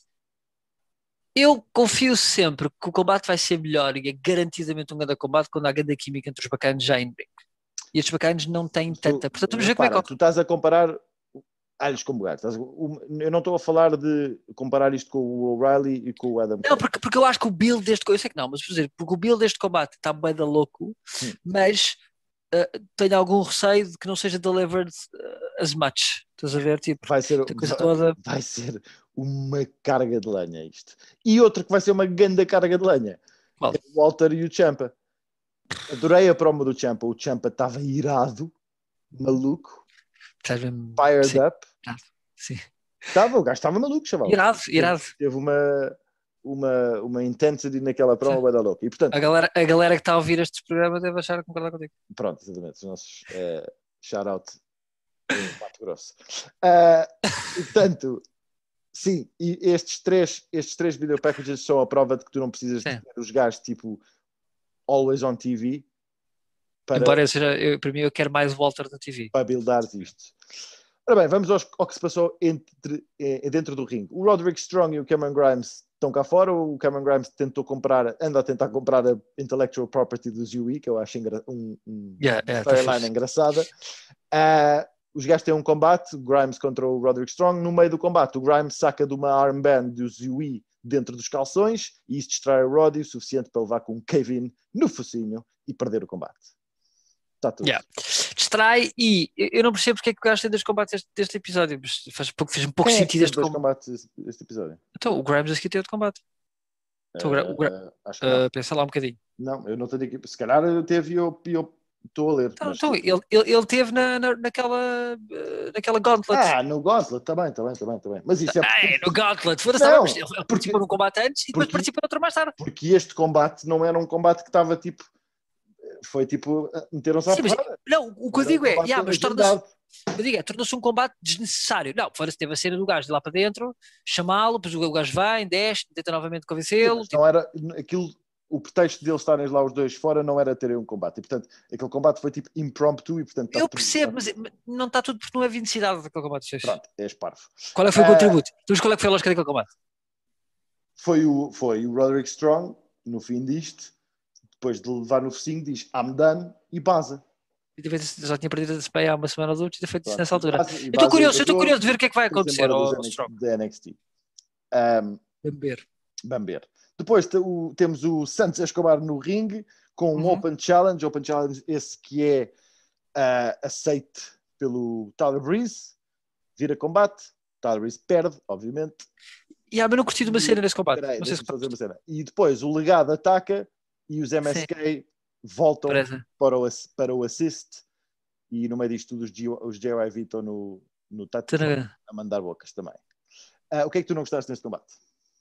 Eu confio sempre que o combate vai ser melhor e é garantidamente um grande combate quando há grande química entre os bacanos já em ring. E estes bacanos não têm tu, tanta... Portanto, vamos ver como é que... Tu estás a comparar alhos com bugalhos. Eu não estou a falar de comparar isto com o O'Reilly e com o Adam Cole. Não, porque, porque eu acho que o build deste... Eu sei que não, mas por dizer, porque o build deste combate está bem da louco, hum. mas uh, tenho algum receio de que não seja delivered uh, as much. Estás a ver? Tipo, vai ser, coisa vai, toda... vai ser uma carga de lenha isto. E outra que vai ser uma grande carga de lenha. Qual? É o Walter e o Ciampa. Adorei a promo do Ciampa. O Ciampa estava irado, maluco, fired sim. up. Sim. Estava, o gajo estava maluco, chaval. Irado, irado. Teve, teve uma, uma, uma intensity naquela promo vai dar louco. E, portanto, a, galera, a galera que está a ouvir estes programas deve achar a concordar contigo. Pronto, exatamente. Os nossos uh, shout-out em Mato Grosso. Uh, portanto, Sim, e estes três, estes três video packages são a prova de que tu não precisas Sim. de ter os gajos tipo always on T V para, Embora eu seja, eu, para mim eu quero mais o Walter da T V. para buildar isto. Ora bem, vamos aos, ao que se passou entre, eh, dentro do ringue. O Roderick Strong e o Cameron Grimes estão cá fora. O Cameron Grimes tentou comprar, anda a tentar comprar a intellectual property do Zui, que eu acho engra- um, um Yeah, yeah, tá storyline fixe. engraçada. Uh, os gajos têm um combate, Grimes contra o Roderick Strong. No meio do combate, o Grimes saca de uma armband do Zui dentro dos calções e isso distrai o Roddy o suficiente para levar com um cave-in no focinho e perder o combate. Está tudo. Yeah. Distrai e eu eu não percebo porque é que o gajo tem dois combates deste, deste episódio, mas faz pouco, fez um pouco Quem é que sentido teve este dois combate. combates este, este episódio? Então, o Grimes aqui tem outro combate. Então, o Gra- o Gra- Uh, acho que não. uh, pensa lá um bocadinho. Não, eu não tenho aqui. Se calhar eu teve e eu eu estou a ler. Então, mas- então, ele, ele, ele teve na, na, naquela, uh, naquela Gauntlet. Ah, no Gauntlet, está bem, está bem, está bem, está bem. Mas isso é Ai, porque, no Gauntlet, foda-se, Não, tá bem, mas ele porque- participou num combate antes e depois porque- participa noutro mais tarde. porque este combate não era um combate que estava tipo. Foi tipo. Meteram-se à Sim, mas, porrada. não, o que eu Era um digo é, combate yeah, mas torna-se agendado. eu digo, é, tornou-se um combate desnecessário. Não, fora-se teve a cena do gajo de lá para dentro, chamá-lo, depois o gajo vem, desce, tenta novamente Sim, convencê-lo. mas Tipo, não era aquilo. O pretexto deles estarem lá os dois fora não era terem um combate. E portanto, aquele combate foi tipo impromptu e portanto. está eu tudo- percebo, mas mas não está tudo porque não havia necessidade daquele combate. Fez. Pronto, és parvo. Qual é que foi o Ah, contributo? Então, mas qual é que foi a lógica daquele combate? Foi o, foi o Roderick Strong, no fim disto, depois de levar no focinho, diz I'm done e baza. E talvez já tinha perdido a Spy há uma semana ou duas e ter feito isso nessa altura. Baza- e Eu baza estou curioso, e eu estou bateu, curioso de ver o que é que vai foi-se acontecer embora ao dos Strong. Da N X T. Um, Vamos Vamos ver. Depois te- o- temos o Santos Escobar no ringue com um Uhum. Open Challenge. Open Challenge esse que é ah, aceite pelo Tyler Breeze. Vira combate. Tyler Breeze perde, obviamente. E há, mas não curti de uma cena nesse combate. Peraí, Não sei se deixa-me fazer uma cena. E depois o legado ataca e os M S K voltam parece. para o, ass- para o assist. E no meio disto tudo os, G- os J Y V estão no, no touch a mandar bocas também. Ah, o que é que tu não gostaste neste combate?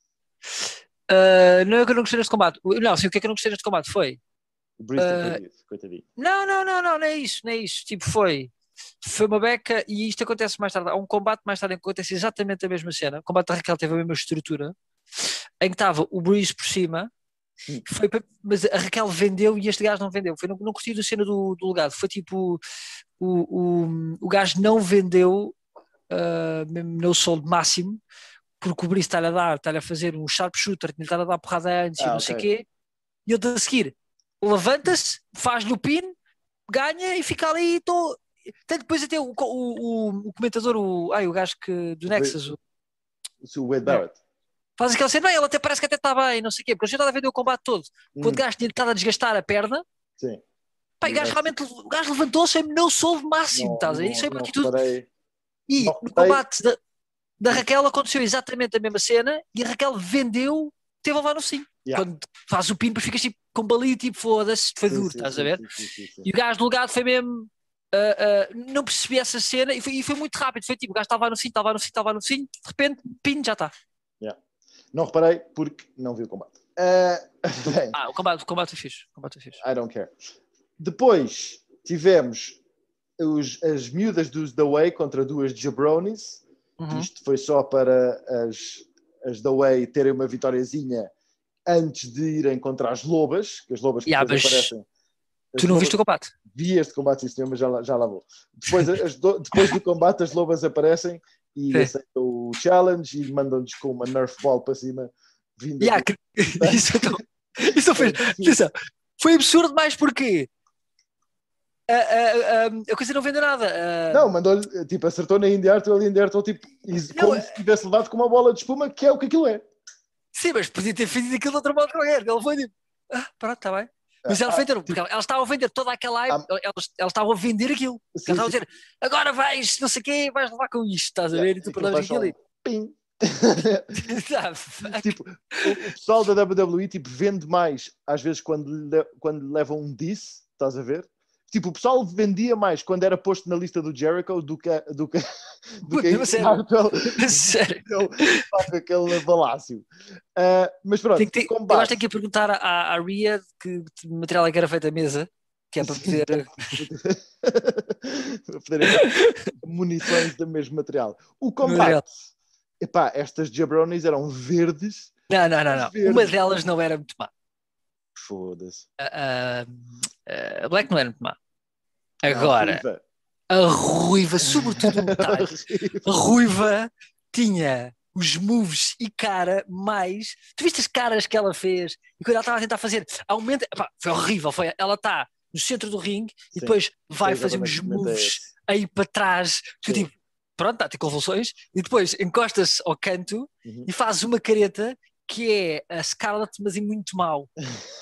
Uh, não é que eu não gostei deste combate. Não, sim, o que é que eu não gostei deste combate foi. O Breeze tem Ah, perdido, coitadinho. Não, não, não, não, não é isso, não é isso. Tipo, foi. Foi uma beca e isto acontece mais tarde. Há um combate mais tarde em que acontece exatamente a mesma cena. O combate da Raquel teve a mesma estrutura, em que estava o Breeze por cima, Hum. foi, pa- mas a Raquel vendeu e este gajo não vendeu. Foi, não, não curti da cena do, do legado. Foi tipo, o, o, o gajo não vendeu, uh, mesmo no sold máximo, porque o Breeze está-lhe a dar, está-lhe a fazer um sharpshooter, tinha-lhe estado a dar porrada antes e Ah, não ok. sei o quê, e ele a seguir levanta-se, faz-lhe o pin, ganha e fica ali e tô... Tem depois até o, o, o, o comentador, o, ai, o gajo que, do Nexus, o- O Wade Barrett. faz aquela cena, bem, ele até parece que até está bem, não sei o quê, porque eu já estava a ver o combate todo. Quando Hum, o gajo tinha estado a desgastar a perna, sim. pá, e o gajo realmente, o gajo levantou-se em não soube máximo, Não, estás a ver? não, Isso é uma não atitude. reparei. E não no reparei. combate da, da Raquel aconteceu exatamente a mesma cena e a Raquel vendeu, teve a levar no sim. Yeah. Quando faz o pin, depois ficas tipo com balinho, tipo foda-se, foi Sim, duro, sim, estás sim, a ver? sim, sim, sim, sim. E o gajo do legado foi mesmo. ah, ah, não percebi essa cena e foi, e foi muito rápido. Foi tipo, o gajo estava no fim, estava no fim, estava no fim, de repente, pin, já está. Não reparei porque não vi o combate. Ah, bem, Ah, o combate, o combate foi fixe. O combate foi fixe. I don't care. Depois tivemos os, as miúdas dos The Way contra duas Jabronis. Uhum. Isto foi só para as, as The Way terem uma vitóriazinha antes de irem contra as lobas, que as lobas que Yeah, depois mas aparecem. As Tu não lobas- viste o combate? Vi este combate, sim, senhor, mas já, lá- já lá vou. Depois, as do- depois do combate, as lobas aparecem e Sim. aceitam o challenge e mandam-nos com uma Nerf Ball para cima. Vinda Yeah, do- que- isso, então, isso fez. Atenção, foi absurdo mais porque a, a, a, a coisa não vende nada. a- Não, mandou-lhe, tipo, acertou na Indy Arto, ele Indy Arto, tipo, e Não, como é- se tivesse levado com uma bola de espuma, que é o que aquilo é. Sim, mas podia ter feito aquilo de outro modo qualquer. Ele foi tipo, ah, pronto, está bem. Mas ela Ah, fez, porque elas estavam a vender toda aquela hype, Ah. elas, elas estavam a vender aquilo. Sim, Elas estavam a sim. dizer, agora vais, não sei o quê, vais levar com isto, estás a ver? E tu Aquilo perdemos faz só aquilo e. um pim. Sabe? Tipo, o, o pessoal da W W E tipo, vende mais, às vezes, quando, lhe- quando levam um diss, estás a ver? Tipo, o pessoal vendia mais quando era posto na lista do Jericho do que, do que, do que Mesmo a sério? aquele, Sério. aquele, aquele palácio. Ah, mas pronto, Tem que ter- eu combate. acho que tem que ir perguntar à, à Ria que que material é que era feito a mesa, que é para poder. Para poderem dar munições do mesmo material. O combate Material. epá, estas jabronis eram verdes. Não, não, não, não. Verdes. Uma delas não era muito má. Foda-se. A, a, a Black não era muito má. Não, Agora, ruiva. a ruiva, sobretudo um detalhe, a ruiva tinha os moves e cara mais... Tu viste as caras que ela fez? E quando ela estava a tentar fazer, aumenta... Epá, foi horrível, foi, ela está no centro do ringue e Sim, depois vai sei fazer uns exatamente como é moves esse. aí para trás, tu Sim. tipo, pronto, está a ter convulsões, e depois encostas ao canto Uhum. e faz uma careta que é a Scarlett, mas em muito mau.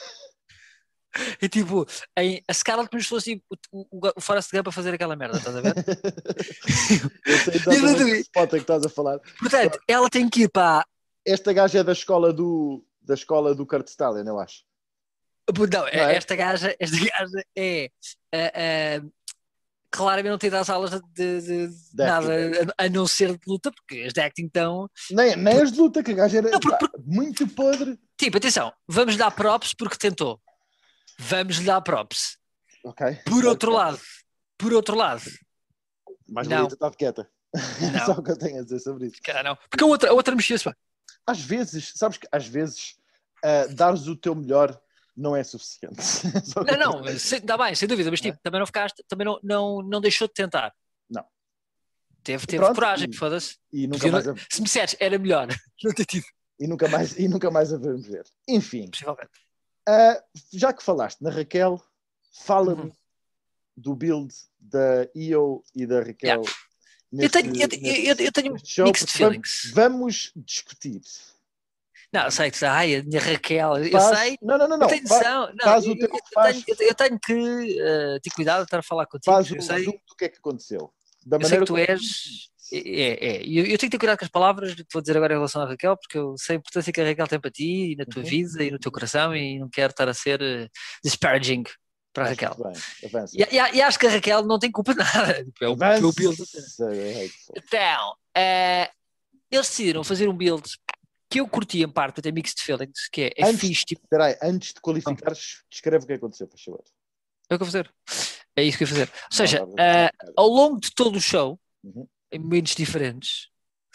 E tipo, em, a Scarlett como se fosse o, o, o Forrest Gump a fazer aquela merda, estás a ver? Eu sei exatamente que spot é que estás a falar. Portanto, ela tem que ir para... Esta gaja é da escola do, da escola do Kurt Stallion, eu acho. Não, Não é? esta gaja, esta gaja é... Uh, uh, claramente não tem das aulas de, de, de De nada, acting. a, a não ser de luta, porque as de acting estão... Nem, nem as de luta, que a gaja era Não, porque- pá, muito podre. Tipo, atenção, vamos dar props porque tentou. Vamos lhe dar props. Ok. Por outro lado, por outro lado, Mas não. Luísa está quieta. Não. Só o que eu tenho a dizer sobre isso. cara, não. Porque a outra, a outra mexia-se, pá. Às vezes, sabes que às vezes uh, dares o teu melhor não é suficiente. Só que Não, eu não, sem, dá bem, sem dúvida, mas tipo, também não ficaste, também não, não, não deixou de tentar. Não. Teve, E teve pronto, coragem, e- foda-se. E nunca Porque mais não- a, Se me disseres, era melhor. Não ter tido, e nunca mais, e nunca mais a vamos ver. Enfim, possivelmente. uh, já que falaste na Raquel, fala-me Uhum. do build da Io e da Raquel. Yeah. Neste, eu tenho, eu, neste- eu, eu tenho neste show, mixed porque vamos- feelings. Vamos discutir. Não, eu sei que ai, a minha Raquel, eu Faz- sei, Não, não, não. eu não. tenho Fa- noção. Não, faz o eu, teu- eu- eu faz- tenho, eu- eu tenho que eh, ter cuidado de estar a falar contigo. Faz o Eu sei, resumo do que é que aconteceu. Da eu sei maneira que tu como- és. É, é, é. E Eu, eu tenho que ter cuidado com as palavras que vou dizer agora em relação à Raquel, porque eu sei a importância que a Raquel tem para ti e na tua Uhum. vida e no teu coração, e não quero estar a ser eh, disparaging para a Acho Raquel. muito bem. Avança. E, e- e acho que a Raquel não tem culpa de nada. Tipo, é o Avança. meu build. É hateful. Então, eh, eles decidiram fazer um build que eu curti em parte, até mixed feelings, que é, é Antes- fixe, tipo, Espera aí, antes de qualificares, descreve o que aconteceu, por favor. é o que eu vou fazer. É isso que eu vou fazer. Ou seja, Não, não, não, eh, não. ao longo de todo o show, Uhum. em momentos diferentes,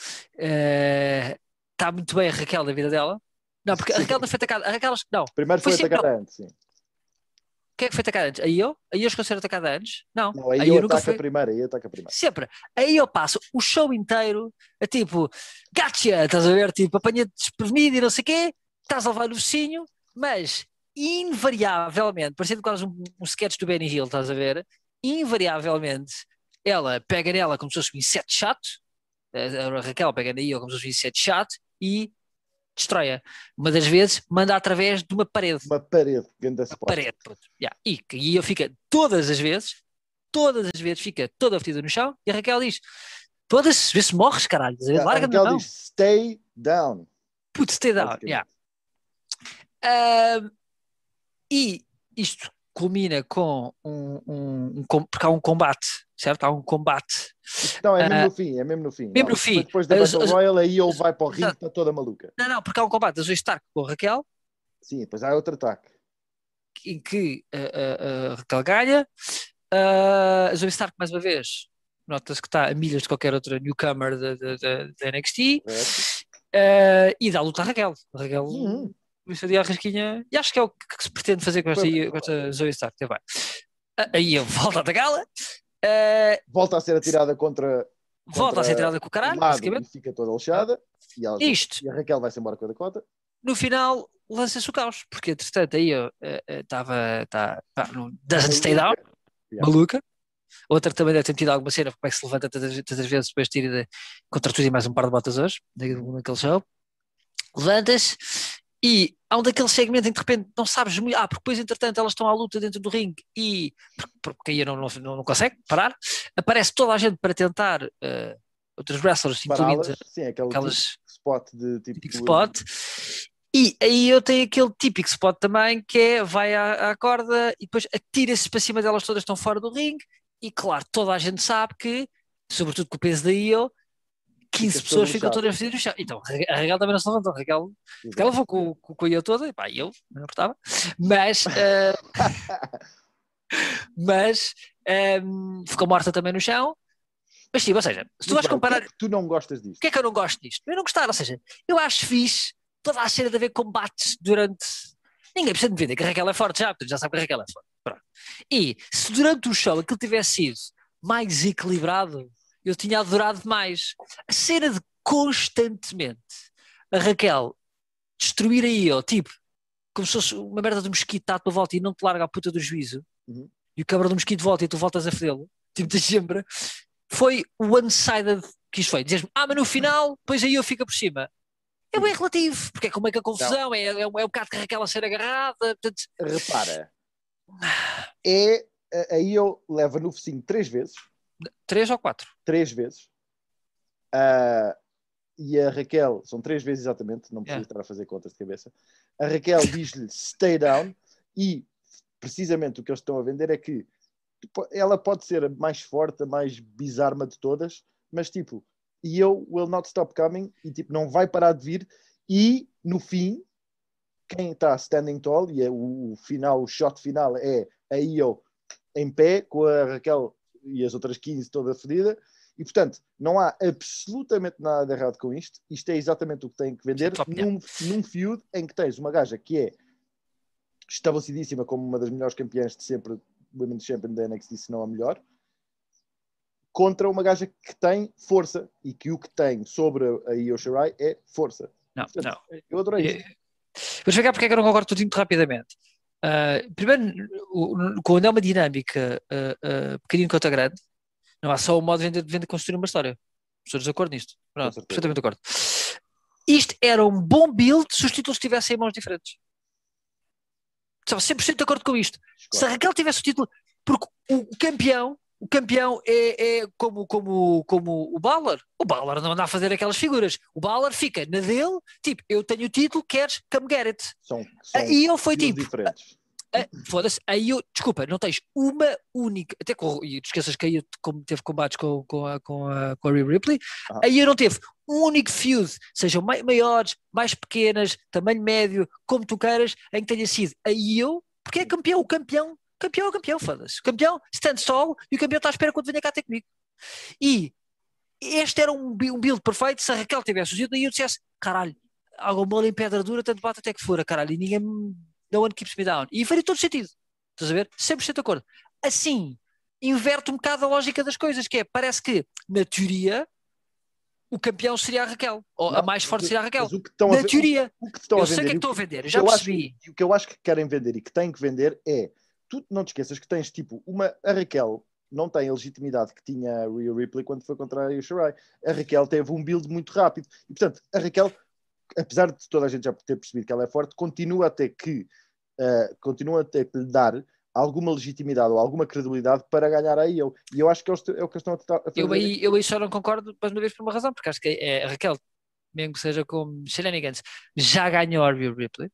está muito bem a Raquel da vida dela. Não, porque a Sim. Raquel não foi atacada. A Raquel, não. Primeiro Foi foi, sempre- atacada antes, sim. Quem é que foi atacada antes? A Io? A Io chegou a ser atacada antes? Não. Não, a aí Io eu nunca ataca foi. primeiro, aí ataca primeiro. Sempre. Aí eu passo o show inteiro a tipo, gotcha, estás a ver? Tipo, apanha-te desprevenido e não sei o quê, estás a levar no focinho, mas invariavelmente, parecendo quase um, um sketch do Benny Hill, estás a ver? Invariavelmente, ela pega nela como se fosse um inseto chato, a Raquel pega na Io como se fosse um inseto chato e destrói-a. Uma das vezes manda através de uma parede. Uma parede, grande Uma spot. parede, pronto. Yeah. E que a Io fica todas as vezes, todas as vezes fica toda fedida no chão e a Raquel diz: todas, vê se morres, caralho, A larga-me na Raquel mão. diz, stay down. Putz, stay down. basicamente. Yeah. Ahm, e isto culmina com um, um, um com- porque há um combate, certo? Há um combate. Não, é mesmo Ah, no fim, é mesmo no fim. mesmo Não, no fim. Depois da As- Battle as- Royale, aí ele vai para o ringue, Exato. está toda maluca. Não, não, porque há um combate da Zoe Stark com a Raquel, Sim, depois há outro ataque. em que a, a- a Raquel ganha. Ah, a Zoe Stark, mais uma vez, nota-se que está a milhas de qualquer outra newcomer da da- da- da N X T. Correto? Ah, e dá a luta à Raquel. A Raquel Uhum. isso ali à rasquinha. E acho que é o que, que se pretende fazer com esta, Foi bem, com esta Zoe Stark. Tá bem. Ah, Aí eu volto a atacá-la. Ah, Volta a ser atirada contra volta a ser tirada com o o caralho, lado basicamente. e fica toda lixada. E, ela- Isto, e a Raquel vai-se embora com a Dakota. no final, lança-se o caos, porque entretanto aí eu estava tá, tá, no Doesn't Stay Down, Yeah. maluca. Outra que também deve ter tido alguma cena, como é que se levanta tantas, tantas vezes depois de ir de, contra tudo e mais um par de botas hoje, naquele naquele show. Levantas e há um daqueles segmentos em que de repente não sabes muito. Ah, porque depois entretanto elas estão à luta dentro do ringue e porque, porque aí não, não, não consegue parar. Aparece toda a gente para tentar, uh, outros wrestlers, incluindo Pará-las. Sim, aquele aquelas típico spot de tipo. típico spot. E aí eu tenho aquele típico spot também que é vai à, à corda e depois atira-se para cima delas todas, estão fora do ringue. E claro, toda a gente sabe que, sobretudo com o peso da I O, quinze Fica pessoas todo ficam lixado. todas vestidas no chão. Então a Raquel também não se levantou. A Raquel, Exato. ela foi com, com, com a I O toda, e pá, eu não importava. Mas, eh, mas ehm, ficou morta também no chão. Mas sim, ou seja, se tu Muito vais bem, comparar... o que é que tu não gostas disto? O que é que eu não gosto disto? Eu não gostar, ou seja, eu acho fixe toda a cena de haver combates durante... Ninguém precisa de me vender que a Raquel é forte já, porque já sabe que a Raquel é forte. Pronto. E se durante o show aquilo tivesse sido mais equilibrado, eu tinha adorado mais. A cena de constantemente a Raquel destruir a Io, tipo, como se fosse uma merda de um mosquito à tua volta e não te larga a puta do juízo, Uhum. e o cabra do mosquito volta e tu voltas a fodê-lo, tipo de sempre, foi o one-sided que isto foi. Dizes-me, ah, mas no final, depois aí eu fico por cima. É bem relativo, porque é como é que a confusão, é, é, é um bocado que a Raquel a ser agarrada, portanto... Repara, é, a Io leva no focinho três vezes. Três ou quatro? Três vezes. Uh, e a Raquel, são três vezes exatamente, não preciso Yeah. estar a fazer contas de cabeça. A Raquel diz-lhe stay down e precisamente o que eles estão a vender é que tipo, ela pode ser a mais forte, a mais bizarra de todas, mas tipo, Io will not stop coming e tipo, não vai parar de vir e no fim, quem está standing tall e é o, o final, o shot final é a Io em pé com a Raquel e as outras quinze toda fodida. E, portanto, não há absolutamente nada de errado com isto. Isto é exatamente o que tem que vender num, num feud em que tens uma gaja que é estabelecidíssima como uma das melhores campeãs de sempre, Women's Champion da N X T, se não a melhor, contra uma gaja que tem força e que o que tem sobre a Io Shirai é força. Não, Portanto, não. eu adorei isto. Vou explicar porque é que eu não concordo tudo muito rapidamente. Uh, primeiro, o, quando é uma dinâmica uh, uh, pequenino contra grande, não há só o modo de vender, de vender construir uma história. Estou de acordo nisto. Pronto, perfeitamente de acordo. Isto era um bom build se os títulos estivessem em mãos diferentes. Estava cem por cento de acordo com isto. Escolha. Se a Raquel tivesse o título, porque o campeão, o campeão é, é como, como, como o Balor. O Balor não anda a fazer aquelas figuras. O Balor fica na dele, tipo, eu tenho o título, queres, come get it. São, são e eu foi tipo... diferentes. Foda-se, aí eu, desculpa, não tens uma única, até com, e te esqueças que aí eu, como teve combates com, com, a, com, a, com a Rhea Ripley, ah. aí eu não teve um único feud, sejam maiores, mais pequenas, tamanho médio, como tu queiras, em que tenha sido aí eu, porque é campeão, o campeão, campeão é o campeão, foda-se, o campeão stand tall e o campeão está à espera quando venha cá ter comigo. E este era um, um build perfeito, se a Raquel tivesse o aí eu dissesse, caralho, água mole em pedra dura, tanto bate até que fora, caralho, e ninguém me... No one keeps me down. E faria todo sentido. Estás a ver? cem por cento de acordo. Assim, inverte um bocado a lógica das coisas, que é, parece que, na teoria, o campeão seria a Raquel. Ou não, a mais forte seria a Raquel. O que estão na a ver, teoria. O, o que estão eu a sei o que é que estão a vender. Já percebi. Acho, o que eu acho que querem vender e que têm que vender é, tu não te esqueças que tens, tipo, uma, a Raquel não tem a legitimidade que tinha a Rhea Ripley quando foi contra a Io Shirai. A Raquel teve um build muito rápido. E, portanto, a Raquel, apesar de toda a gente já ter percebido que ela é forte, continua a ter que Uh, continua a ter que lhe dar alguma legitimidade ou alguma credibilidade para ganhar a Io. E eu acho que é o que eles estão a fazer. Eu aí, eu aí só não concordo, mais uma vez, por uma razão, porque acho que é, a Raquel, mesmo que seja com shenanigans, já ganhou a Rhea Ripley,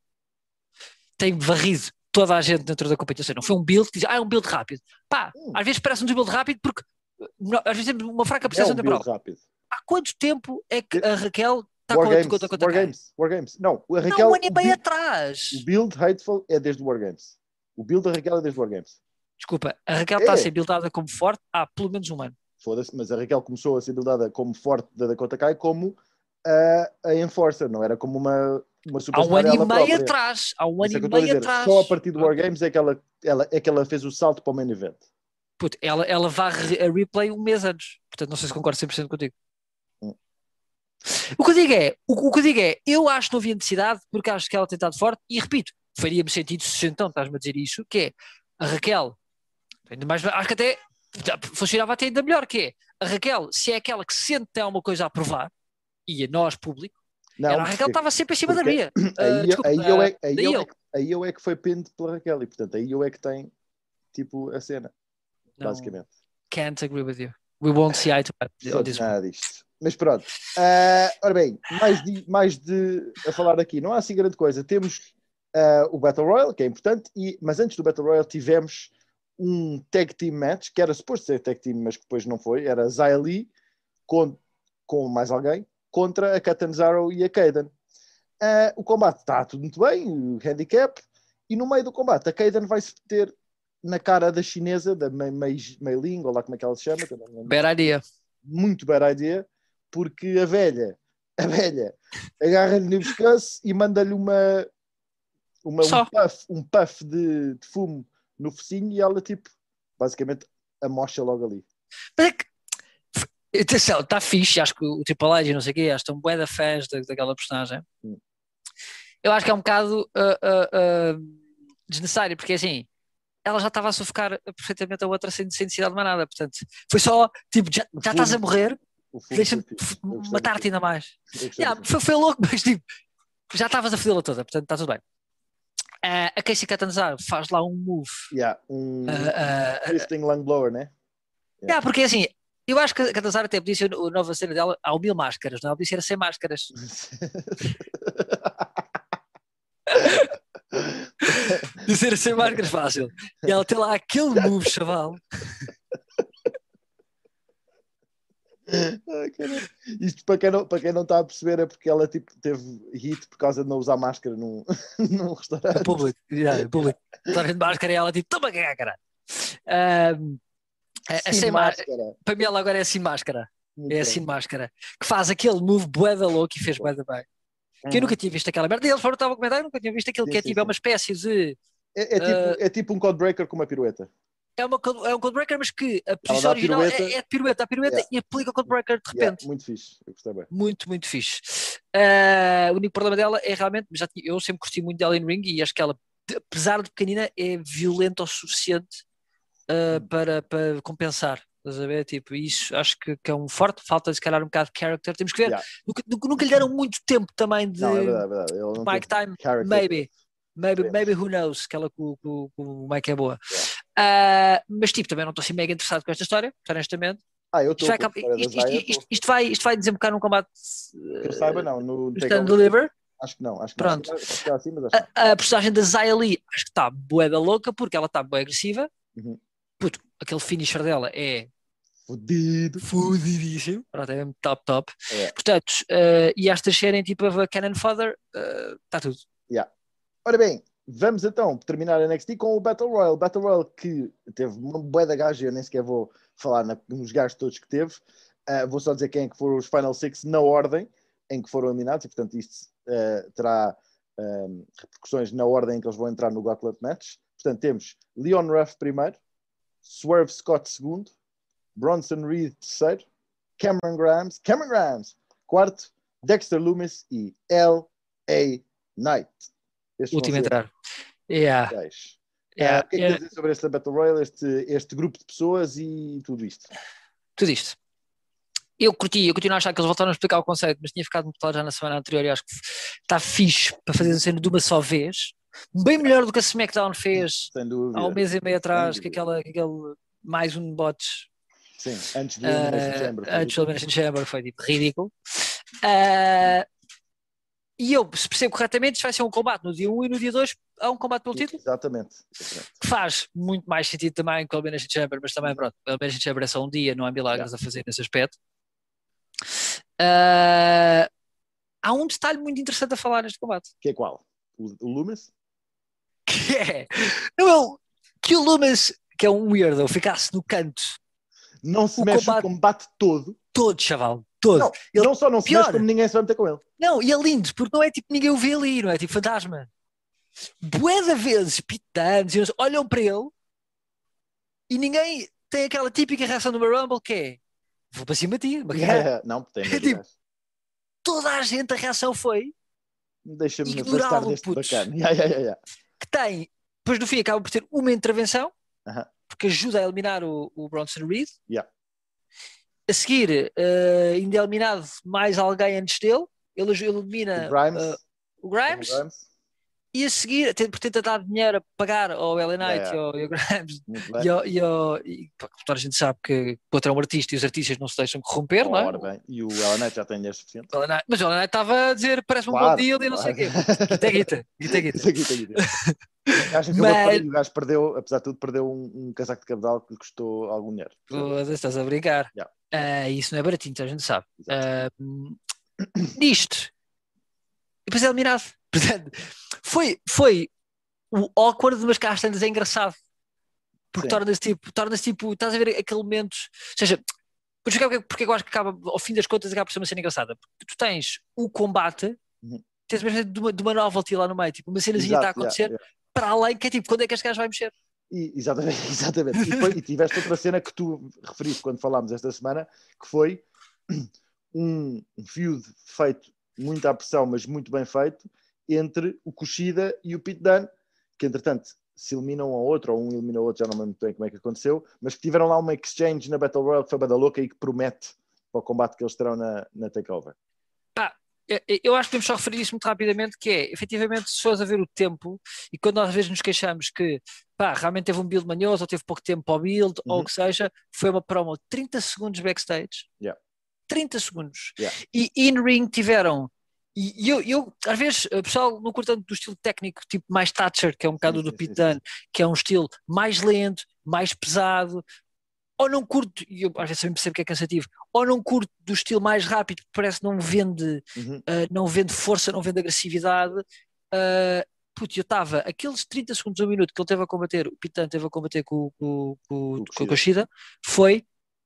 tem varrido toda a gente dentro da competição. Não foi um build que diz, ah, é um build rápido. Pá, hum. às vezes parece um build rápido porque às vezes temos uma fraca percepção é um temporal. Rápido. Há quanto tempo é que a Raquel está War com Games, conta, conta War Games, War Games. Não, a Raquel, não, um ano e meio build, atrás. O build Hateful é desde o War Games. O build da Raquel é desde o War Games. Desculpa, a Raquel é. está a ser buildada como forte há pelo menos um ano. Foda-se, mas a Raquel começou a ser buildada como forte da Dakota Kai como a, a Enforcer, não era como uma, uma superstar. Há um ano e meio própria. atrás. Há um ano é e meio atrás. Só a partir do War Games é que ela, ela, é que ela fez o salto para o main event. Puto, ela, ela varre a Replay um mês antes. Portanto, não sei se concordo cem por cento contigo. Hum. O que eu digo é, o, o que eu digo é, eu acho que não havia necessidade, porque acho que ela tem estado forte, e repito, faria-me sentido se então estás-me a dizer isso, que é a Raquel, ainda mais, acho que até funcionava até ainda melhor, que é a Raquel, se é aquela que sente que tem alguma coisa a provar, e a nós, público, não, era a Raquel estava sempre em cima da minha. Aí, uh, desculpa, aí, eu é, aí, eu é, aí eu é que foi pinned pela Raquel, e portanto aí eu é que tem tipo a cena, não, basicamente. Can't agree with you. We won't see eye to eye on this nada disto. Mas pronto. Uh, ora bem, mais de, mais de a falar aqui, não há assim grande coisa. Temos uh, o Battle Royale, que é importante, e, mas antes do Battle Royale tivemos um tag team match, que era suposto ser tag team, mas que depois não foi. Era a Xia Li com, com mais alguém, contra a Catanzaro e a Kaden. Uh, o combate está tudo muito bem, o handicap, e no meio do combate a Kaden vai-se ter na cara da chinesa, da Mei, Mei, Mei Ling, ou lá como é que ela se chama. Bad idea. muito bad idea, porque a velha, a velha agarra-lhe no pescoço e manda-lhe uma, uma, um puff, um puff de, de fumo no focinho e ela, tipo, basicamente amocha logo ali. Mas é que, atenção, está fixe, acho que o Triple H e não sei o quê, acho que estão bué da fãs da, daquela personagem. Hum. Eu acho que é um bocado uh, uh, uh, desnecessário, porque assim, ela já estava a sufocar perfeitamente a outra sem, sem necessidade de mais nada, portanto, foi só, tipo, já, já estás a morrer, deixa-me matar-te ainda mais. Yeah, foi, foi louco, mas tipo, já estavas a fodê-la toda, portanto está tudo bem. Uh, a Casey Catanzaro faz lá um move. Yeah, um uh, twisting uh, lung blower, né? Yeah. Yeah, porque assim, eu acho que a Catanzaro até podia ser a nova cena dela, há mil máscaras, não? Ela podia ser a sem máscaras. De ser a sem máscaras fácil. E ela tem lá aquele move, chaval. Ah, isto para quem, não, para quem não está a perceber é porque ela tipo, teve hit por causa de não usar máscara num, num restaurante. É público, yeah, é público. Restaurante de máscara e ela tipo, toma cá, cara. Um, é, sem máscara. Para mim ela agora é assim máscara. Muito é bem. Assim máscara. Que faz aquele move bué da louco e fez bué da bem. Uhum. Que eu nunca tinha visto aquela merda. E eles foram estavam a comentar, eu nunca tinha visto aquilo sim, que é sim, tipo, sim. É uma espécie de... É, é, tipo, uh, é tipo um codebreaker com uma pirueta. É, uma, é um codebreaker, mas que a posição original é, é de pirueta, a pirueta yeah. E aplica o codebreaker de repente. Yeah, muito fixe, eu gostei bem. Muito, muito fixe. Uh, o único problema dela é realmente, já tinha, eu sempre curti muito dela em ring e acho que ela, apesar de pequenina, é violenta o suficiente uh, hum. para, para compensar. Estás a ver? Tipo, isso acho que, que é um forte, falta se calhar um bocado de character. Temos que ver. Yeah. Nunca, nunca lhe deram muito tempo também de não, é verdade, é verdade. Ele não Mike Time, character. maybe. Maybe, yeah. maybe who knows, que ela com, com, com o Mike é boa. Yeah. Uh, mas tipo, também não estou assim mega interessado com esta história, honestamente. Ah, eu estou. Isto, isto, isto, isto, isto, vai, isto vai desembocar num combate. Que eu saiba, não. No Stand Deliver. Acho que não. Acho que Pronto. Não. Acho que assim, mas acho que a, a personagem da Xia Li, acho que está bué da louca, porque ela está bué agressiva. Uhum. Puto, aquele finisher dela é. Fudido. Fudidíssimo. Pronto, é top, top. É. Portanto, uh, e estas serem tipo a Cannon Fodder, está uh, tudo. Yeah. Ora bem. Vamos então terminar a N X T com o Battle Royale. Battle Royale que teve uma bué da gaja, eu nem sequer vou falar na, nos gajos todos que teve. Uh, vou só dizer quem é que foram os Final Six na ordem em que foram eliminados, e portanto isto uh, terá um, repercussões na ordem em que eles vão entrar no Gauntlet Match. Portanto temos Leon Ruff primeiro, Swerve Scott segundo, Bronson Reed terceiro, Cameron Grimes, Cameron Grimes quarto, Dexter Lumis e L A Knight. Estes último a entrar. Yeah. Yeah. Uh, o que é que yeah. dizer sobre esta Battle Royale, este, este grupo de pessoas e tudo isto? Tudo isto. Eu curti, eu continuo a achar que eles voltaram a explicar o conceito, mas tinha ficado muito claro já na semana anterior e acho que está fixe para fazer a cena de uma só vez. Bem melhor do que a SmackDown fez há um mês e meio atrás, que aquela, aquele mais um bots. Sim, antes do Elimination uh, Chamber. Antes do Elimination Chamber foi tipo ridículo. Uh, E eu, se percebo corretamente, isto vai ser um combate no dia um e no dia dois há um combate pelo título. Exatamente. Exatamente. Que faz muito mais sentido também que o Elimination Chamber, mas também, pronto, o Elimination Chamber é só um dia, não há milagres yeah. a fazer nesse aspecto. Uh, há um detalhe muito interessante a falar neste combate. Que é qual? O, o Lumis? Que é, não é que o Lumis, que é um weirdo, ficasse no canto. Não se o mexe combate, o combate todo. Todo, chaval. Todo. Não, ele, não só não se pior, mexe como ninguém se vai meter com ele. Não, e é lindo, porque não é tipo ninguém o vê ali, não é tipo fantasma. Bué de vezes, pitando, olham para ele e ninguém tem aquela típica reação do Rumble que é vou para cima de ti, yeah, não, tem é, tipo, toda a gente, a reação foi deixa-me afastar deste bacana. Yeah, yeah, yeah, yeah. Que tem, depois no fim acaba por ter uma intervenção uh-huh. porque ajuda a eliminar o, o Bronson Reed. Yeah. A seguir, uh, ainda é eliminado mais alguém antes dele. Ele elimina o Grimes, uh, o Grimes, o Grimes. E a seguir, por ter tentado dinheiro a pagar ao L A Knight yeah, yeah. e ao Grimes, e, ao, e, ao, e toda a gente sabe que o outro é um artista e os artistas não se deixam corromper, oh, não é? Bem. E o L A Knight já tem dinheiro suficiente. Mas o L A Knight estava a dizer, parece-me claro, um bom deal e claro. Não sei o quê. Guita, guita, guita, guita. guita, guita. Acho que Mas... o gajo perdeu, apesar de tudo, perdeu um, um casaco de cabedal que lhe custou algum dinheiro. Pô, estás a brincar. Yeah. Uh, isso não é baratinho, a gente sabe. Uh, nisto. E depois é eliminado. Portanto, foi, foi o awkward, mas cá às tantas é engraçado. Porque torna-se tipo, torna-se tipo, estás a ver aquele momento, ou seja, Porque, porque eu acho que acaba, ao fim das contas, acaba por ser uma cena engraçada. Porque tu tens o combate, Uhum. tens mesmo de uma, de uma novelty lá no meio, tipo, uma cenazinha está a acontecer, yeah, yeah. para além que é tipo, quando é que este gajo vai mexer? E, exatamente, exatamente. E, foi, e tiveste outra cena que tu referiste quando falámos esta semana, que foi um, um feud feito muito à pressão, mas muito bem feito, entre o Kushida e o Pete Dunne, que entretanto se eliminam um ao outro, ou um elimina o outro, já não me lembro bem como é que aconteceu, mas que tiveram lá uma exchange na Battle Royale que foi bada louca e que promete para o combate que eles terão na, na TakeOver. Pá, eu acho que podemos só referir isso muito rapidamente, que é, efetivamente, se fores a ver o tempo, e quando nós às vezes nos queixamos que, pá, realmente teve um build manhoso, ou teve pouco tempo para o build, uhum. ou o que seja, foi uma promo de trinta segundos backstage. Yeah. trinta segundos. Yeah. E in-ring tiveram, e eu, eu, às vezes, o pessoal não curta do estilo técnico, tipo mais Thatcher, que é um bocado sim, do Pete Dunne, que é um estilo mais lento, mais pesado, ou não curto, e eu às vezes também percebo que é cansativo, ou não curto do estilo mais rápido, que parece que não vende, uhum. uh, não vende força, não vende agressividade. Uh, Putz, eu estava, aqueles trinta segundos, um minuto que ele teve a combater, o Pete Dunne teve a combater com, com, com, o com o Kushida, foi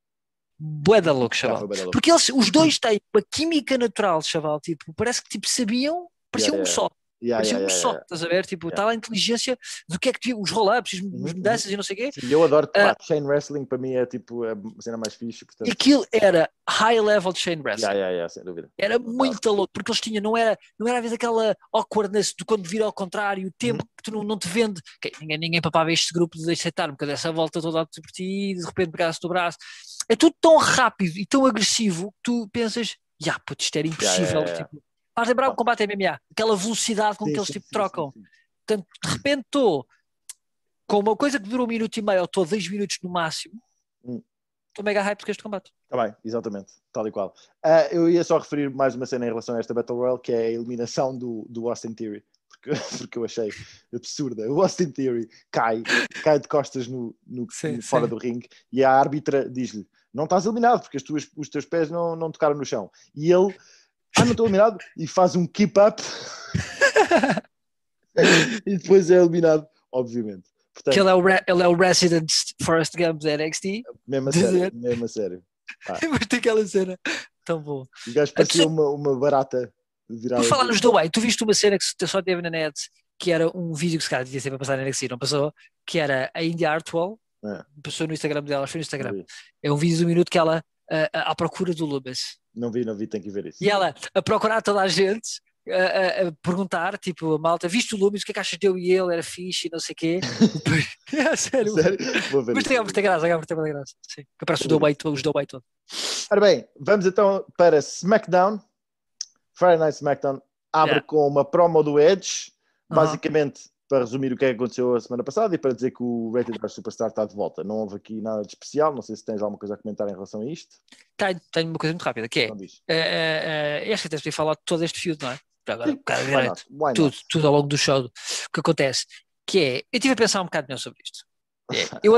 bué da louco, chaval. Porque eles, os dois têm uma química natural, chaval, tipo, parece que tipo, sabiam, parecia yeah, um yeah. só. Yeah, parecia yeah, um yeah, só, yeah. estás a ver? Tipo, está yeah. lá a inteligência do que é que tu, os roll-ups, uhum, as mudanças uhum. e não sei o quê. Sim, eu adoro, claro, uh, chain wrestling para mim é tipo a cena mais fixe. Portanto... Aquilo era high level de chain wrestling. Yeah, yeah, yeah, sem dúvida. Era muito louco, porque eles tinham, não era, não era às vezes aquela awkwardness de quando vira ao contrário, o tempo uhum. que tu não, não te vende. Okay, ninguém, ninguém papava este grupo de aceitar-me, porque dessa volta toda por ti e de repente pegasse do braço. É tudo tão rápido e tão agressivo que tu pensas, já, yeah, puto, isto era impossível. Yeah, yeah, yeah. Tipo, faz lembrar o combate M M A, aquela velocidade com sim, que eles sim, tipo, sim, trocam. Sim, sim. Portanto, de repente estou com uma coisa que dura um minuto e meio, ou estou dois minutos no máximo. Hum. Estou mega hype com este combate. Está bem, exatamente, tal e qual. Uh, eu ia só referir mais uma cena em relação a esta Battle Royale, que é a eliminação do, do Austin Theory, porque, porque eu achei absurda. O Austin Theory cai, cai de costas no, no, sim, no fora sim. do ringue e a árbitra diz-lhe, não estás eliminado, porque as tuas, os teus pés não, não tocaram no chão. E ele, ah, não estou eliminado, e faz um keep up e depois é eliminado, obviamente. Portanto, que ele é, o re, ele é o Resident Forrest Gump da N X T. Mesmo a sério, mesmo a sério. Ah. Mas tem aquela cena tão boa. O gajo parecia uma, uma barata virada. Por falar nos The Way, tu viste uma cena que só teve na net, que era um vídeo que se calhar devia ser para passar na N X T, não passou, que era a Indy Hartwell, é. Passou no Instagram dela, foi no Instagram. É um vídeo de um minuto que ela, uh, à procura do Loomis. Não vi, não vi, tenho que ver isso. E ela, a procurar toda a gente, A, a, a perguntar, tipo, a malta, viste o Loomis, o que é que achas de eu e ele, era fixe e não sei o quê. É sério. Sério? Vou ver mas tem muita graça, tem muita graça. Sim, que aparece os do Way todo. Ora bem, vamos então para SmackDown. Friday Night SmackDown abre yeah. com uma promo do Edge, uh-huh. basicamente para resumir o que é que aconteceu a semana passada e para dizer que o Rated R Superstar está de volta. Não houve aqui nada de especial, não sei se tens alguma coisa a comentar em relação a isto. Tenho, tenho uma coisa muito rápida, que é, uh, uh, uh, acho que até podia falar de todo este feud, não é? Para agora, um bocado direto, tudo, tudo ao longo do show. O que acontece, que é, eu estive a pensar um bocado melhor sobre isto. É, eu,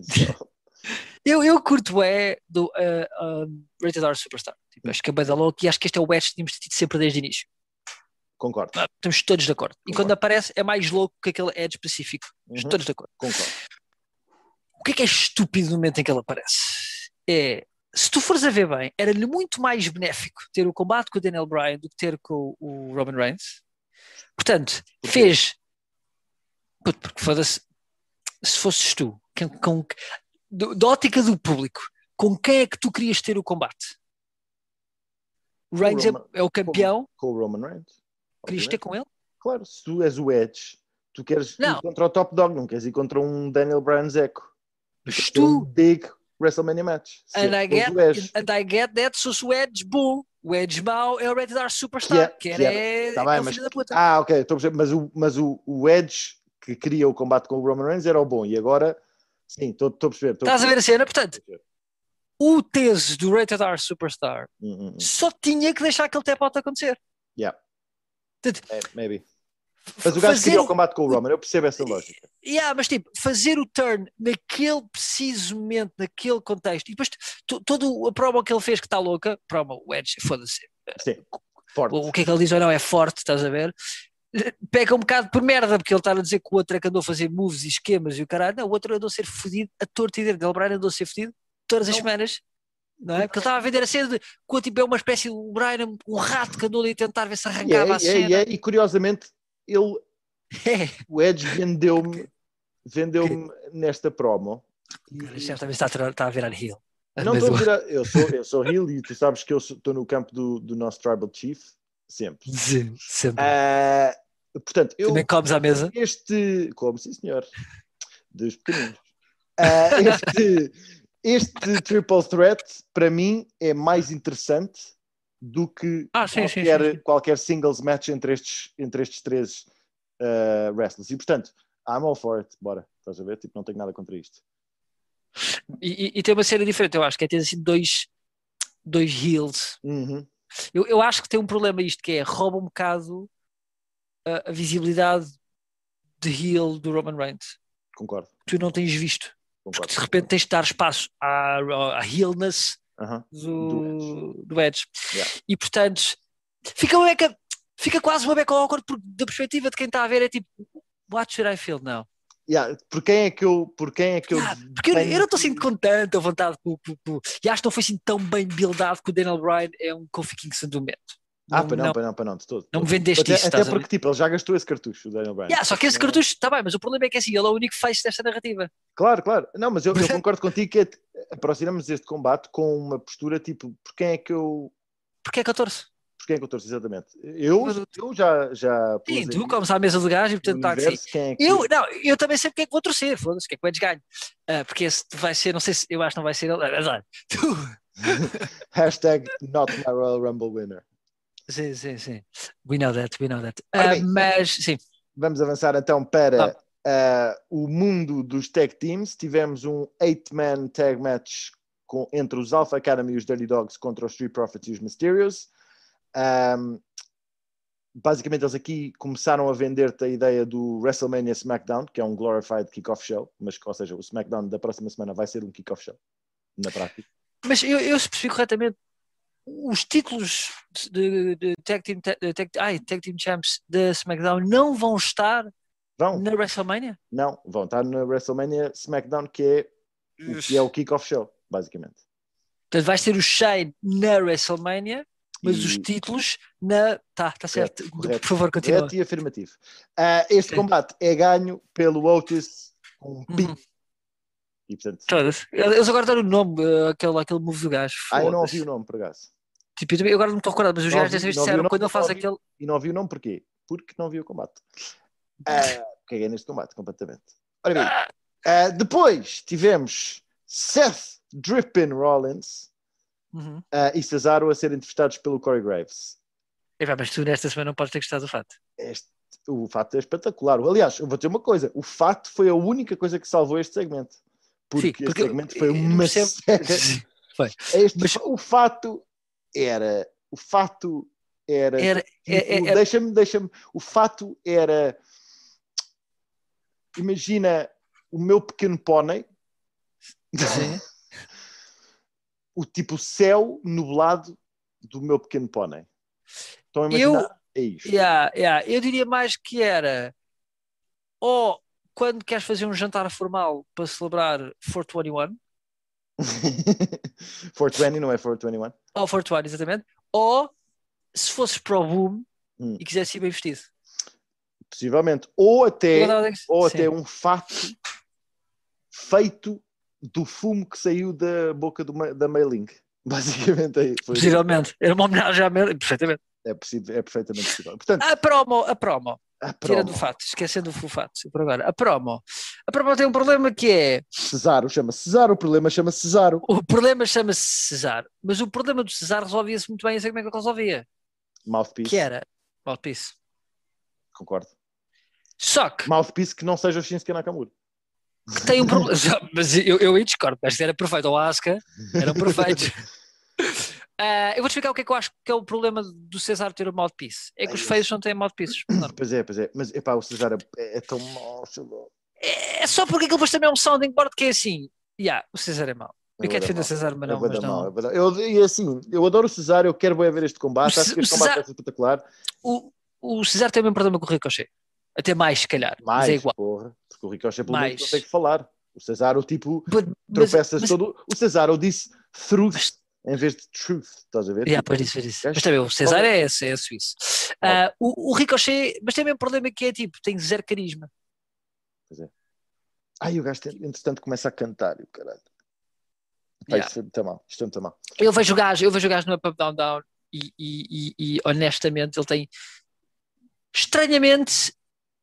eu, eu curto é do uh, um, Rated R Superstar. Tipo, acho que é bem da louco e acho que este é o edge que tínhamos tido sempre desde o início. Concordo. Ah, estamos todos de acordo. Concordo. E quando aparece é mais louco que aquele edge específico. Estamos uhum. todos de acordo. Concordo. O que é que é estúpido no momento em que ele aparece? É, se tu fores a ver bem, era-lhe muito mais benéfico ter o combate com o Daniel Bryan do que ter com o Roman Reigns. Portanto, fez... Puto, porque foda-se, se fosses tu, com, com, do, da ótica do público, com quem é que tu querias ter o combate? O Reigns é, é o campeão. Com, com o Roman Reigns. Querias ter com ele? Claro, se tu és o Edge, tu queres não. ir contra o Top Dog, não queres ir contra um Daniel Bryan Zeco. Mas tu... Um big WrestleMania match. And I, get, and I get that, se so o Edge bom, o Edge mau é o Rated R Superstar, que, é, que, é, é, tá bem, mas, da puta. Ah, ok, estou a perceber, mas, o, mas o, o Edge que queria o combate com o Roman Reigns era o bom, e agora, sim, estou a perceber. Estás a ver a cena, portanto... O tese do Rated R Superstar hum, hum, hum. só tinha que deixar aquele tap-out acontecer. Yeah. Portanto, é, maybe. Mas o gajo fazer... queria o combate com o Roman, eu percebo essa lógica. Yeah, mas tipo, fazer o turn naquele preciso momento, naquele contexto, e depois todo a promo que ele fez que está louca, promo, o Edge, foda-se. Sim, forte. O, o que é que ele diz ou não é forte, estás a ver? Pega um bocado por merda, porque ele está a dizer que o outro é que andou a fazer moves e esquemas e o caralho, não, o outro andou a ser fodido a torta e direito. Ele Bryan andou a ser fodido todas as não. semanas. não é? Porque ele estava a vender a cena de quando tipo, é uma espécie de um Brian, um rato que andou ali a tentar ver se E, é, arrancava a e, é, cena. e, é, e curiosamente, ele, É. o Edge vendeu-me vendeu-me nesta promo. Cara, isto também está a, tra- está a virar heel. Não estou a virar, eu sou, eu sou heel e tu sabes que eu estou no campo do, do nosso Tribal Chief, sempre. Sim, sempre. Uh, portanto, eu. Também comes à mesa? Este. Como, sim, senhor. Dos pequeninos. Uh, este, este Triple Threat, para mim, é mais interessante do que ah, sim, qualquer, sim, sim. qualquer singles match entre estes, entre estes três uh, wrestlers. E, portanto, I'm all for it. Bora. Estás a ver? Tipo, não tenho nada contra isto. E, e, e tem uma cena diferente, eu acho, que é ter assim dois, dois heels. Uhum. Eu, eu acho que tem um problema isto, que é rouba um bocado a, a visibilidade de heel do Roman Reigns. Concordo. Tu não tens visto. Concordo. Porque de repente tens de dar espaço à, à heelness uh-huh. do, do Edge. Do Edge. Yeah. E portanto fica, uma beca, fica quase uma beca awkward, porque da perspectiva de quem está a ver é tipo, what should I feel now? Yeah, por quem é que eu, por quem é que yeah, eu porque tenho... eu não estou assim com tanta vontade com, com, com... e acho que não foi assim tão bem buildado que o Daniel Bryan é um Kofi Kingston do momento. Ah, para não, não, para não, para não, de todo. Não me vendeste até, isso. Até porque tipo, ele já gastou esse cartucho, o Daniel Bryan. Yeah, só que esse cartucho está bem, mas o problema é que assim, ele é o único face desta narrativa. Claro, claro. Não, mas eu, eu concordo contigo que é, aproximamos este combate com uma postura tipo, por quem é que eu... Por que é que eu torço? Por quem é que eu torço, exatamente. Eu, eu já... já sim, tu comes à mesa do gajo e portanto está assim. É que... eu, não, eu também sei porque é que vou torcer, foda-se, que é que o Edge ganho. Uh, porque esse vai ser, não sei se, eu acho que não vai ser ele. Mas, tu... Hashtag not my Royal Rumble winner. Sim, sim, sim. We know that, we know that. Uh, bem, mas, sim. Vamos avançar então para uh, o mundo dos tag teams. Tivemos um eight-man tag match com, entre os Alpha Academy e os Dirty Dogs contra os Street Profits e os Mysterios. Um, basicamente eles aqui começaram a vender-te a ideia do WrestleMania SmackDown, que é um glorified kickoff show, mas, ou seja, o SmackDown da próxima semana vai ser um kickoff show, na prática. Mas eu, eu se percebi corretamente, os títulos de, de, tag, team, de tag, ai, tag Team Champs da SmackDown não vão estar vão. na WrestleMania? Não, vão estar na WrestleMania SmackDown, que é, que é o kickoff show, basicamente. Portanto, vais ter o Shane na WrestleMania, mas e... os títulos na... Tá, tá certo. Correto, por favor, continua. Correto e afirmativo. Uh, este okay. combate é ganho pelo Otis com um pin. Uhum. E, portanto... Eles agora deram o nome, aquele, aquele move do gajo. Ah, eu não ouvi o nome, por acaso. Tipo, eu agora não estou recordado, mas os gajos dessa vez disseram quando ele faz vi, aquele... E não ouvi o nome porquê? Porque não vi o combate. Uh, caguei neste combate, completamente. Ora bem, uh, depois tivemos Seth Drippin Rollins uhum. uh, e Cesaro a serem entrevistados pelo Corey Graves. É, pá, mas tu nesta semana não podes ter gostado do fato. Este, o fato é espetacular. Aliás, eu vou dizer uma coisa, o fato foi a única coisa que salvou este segmento. Porque, Sim, porque este segmento foi uma seca. Foi. Este, mas... O fato era... O fato era... era, tipo, era, era... Deixa-me, deixa-me... O fato era... Imagina o meu pequeno pônei. O tipo céu nublado do meu pequeno pônei. Estão a imaginar? Eu, é isto. Yeah, yeah, eu diria mais que era ou quando queres fazer um jantar formal para celebrar quatrocentos e vinte e um quatrocentos e vinte não é quatrocentos e vinte e um? Ou quatrocentos e vinte, exatamente. Ou se fosses para o boom hum. e quisesse ir bem vestido. Possivelmente. Ou até, ou Sim. até um fato feito do fumo que saiu da boca do, da Mei-Ling. Basicamente aí. Foi Possivelmente. Era uma homenagem à Mei-Ling. Perfeitamente. É, possível, é perfeitamente possível. Portanto, a promo, a promo. A Tira do fato, esquecendo o fato por agora. A promo. A promo tem um problema que é... Cesaro chama-se Cesaro, o problema chama-se Cesaro. O problema chama-se Cesaro, mas o problema do Cesaro resolvia-se muito bem, eu sei como é que ele resolvia. Mouthpiece. Que era Mouthpiece. Concordo. Só que... Mouthpiece que não seja o Shinsuke Nakamura. Que tem um problema, mas eu, eu aí discordo, mas era perfeito. O Asuka eram perfeitos. Uh, eu vou-te explicar o que é que eu acho que é o problema do Cesaro ter o mouthpiece. É que Ai, os feios não têm mouthpieces. Pois é, pois é. Mas epá, o Cesaro é, é tão mau. É, é só porque aquilo depois também é um sounding board que é assim. Yeah, o Cesaro é mau. Eu quero defender o Cesaro, mas não. É mas não. Mal, é eu, e assim, eu adoro o Cesaro, eu quero ver este combate. O, acho que este Cesaro, combate é espetacular. O, o Cesaro tem o mesmo problema com o Ricochet. Até mais, se calhar. Mais, mas é igual. Porra, porque o Ricochet pelo menos consegue falar. O Cesaro, tipo, but, tropeças mas, todo. O Cesaro disse truth em vez de truth, estás a ver? Yeah, Tipo, pois disse, pois disse. gajo- Mas também o Cesar é esse, é suíço. Ah, Ah, o, o Ricochet, mas tem o mesmo problema que é tipo, tem zero carisma. pois é. Ai, o gajo, entretanto, começa a cantar e o caralho. Pá, Yeah. isto foi muito mal, isto foi muito mal. Eu vejo o gajo, eu vejo o gajo no Up Up Down Down e, e, e, e honestamente ele tem estranhamente,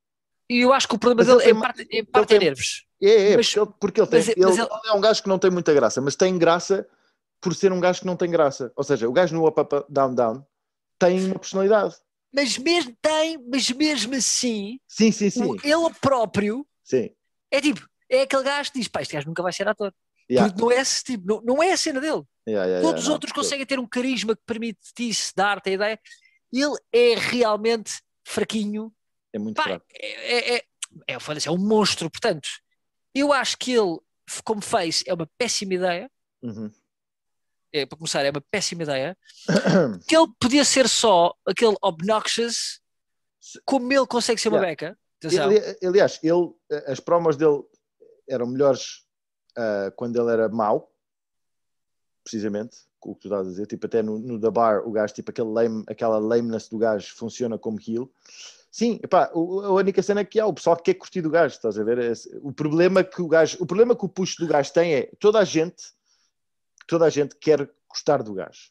e eu acho que o problema Mas dele ele é tem- parte, em parte tem- é nervos. É, é, Mas- porque ele, porque ele tem. mas é- ele, mas ele- ele é um gajo que não tem muita graça, mas tem graça por ser um gajo que não tem graça. Ou seja, o gajo no Up Up Down Down tem uma personalidade. Mas mesmo tem, mas mesmo assim, Sim, sim, sim. o- ele próprio Sim. é tipo, é aquele gajo que diz, pá, este gajo nunca vai ser ator. Yeah. Porque não é esse tipo, não, não é a cena dele. Yeah, yeah, Todos yeah, os não, outros eu- conseguem ter um carisma que permite isso, dar-te a ideia. Ele é realmente fraquinho. É muito Pá, fraco. é, é, é, é, foda-se, é um monstro. Portanto, eu acho que ele, como face, é uma péssima ideia. Uhum. É, para começar, é uma péssima ideia. Que ele podia ser só aquele obnoxious, como ele consegue ser uma Yeah. beca. Atenção. Ali- Aliás, ele, as promos dele eram melhores ah, quando ele era mau, precisamente, com o que tu estás a dizer. Tipo, até no, no The Bar, o gajo, tipo, aquele lame, aquela lameness do gajo funciona como heel. Sim, epá, o- a única cena que há, o pessoal que quer curtir do gajo, estás a ver? Esse- O problema que o gajo, o problema que o push do gajo tem é toda a gente, toda a gente quer gostar do gajo.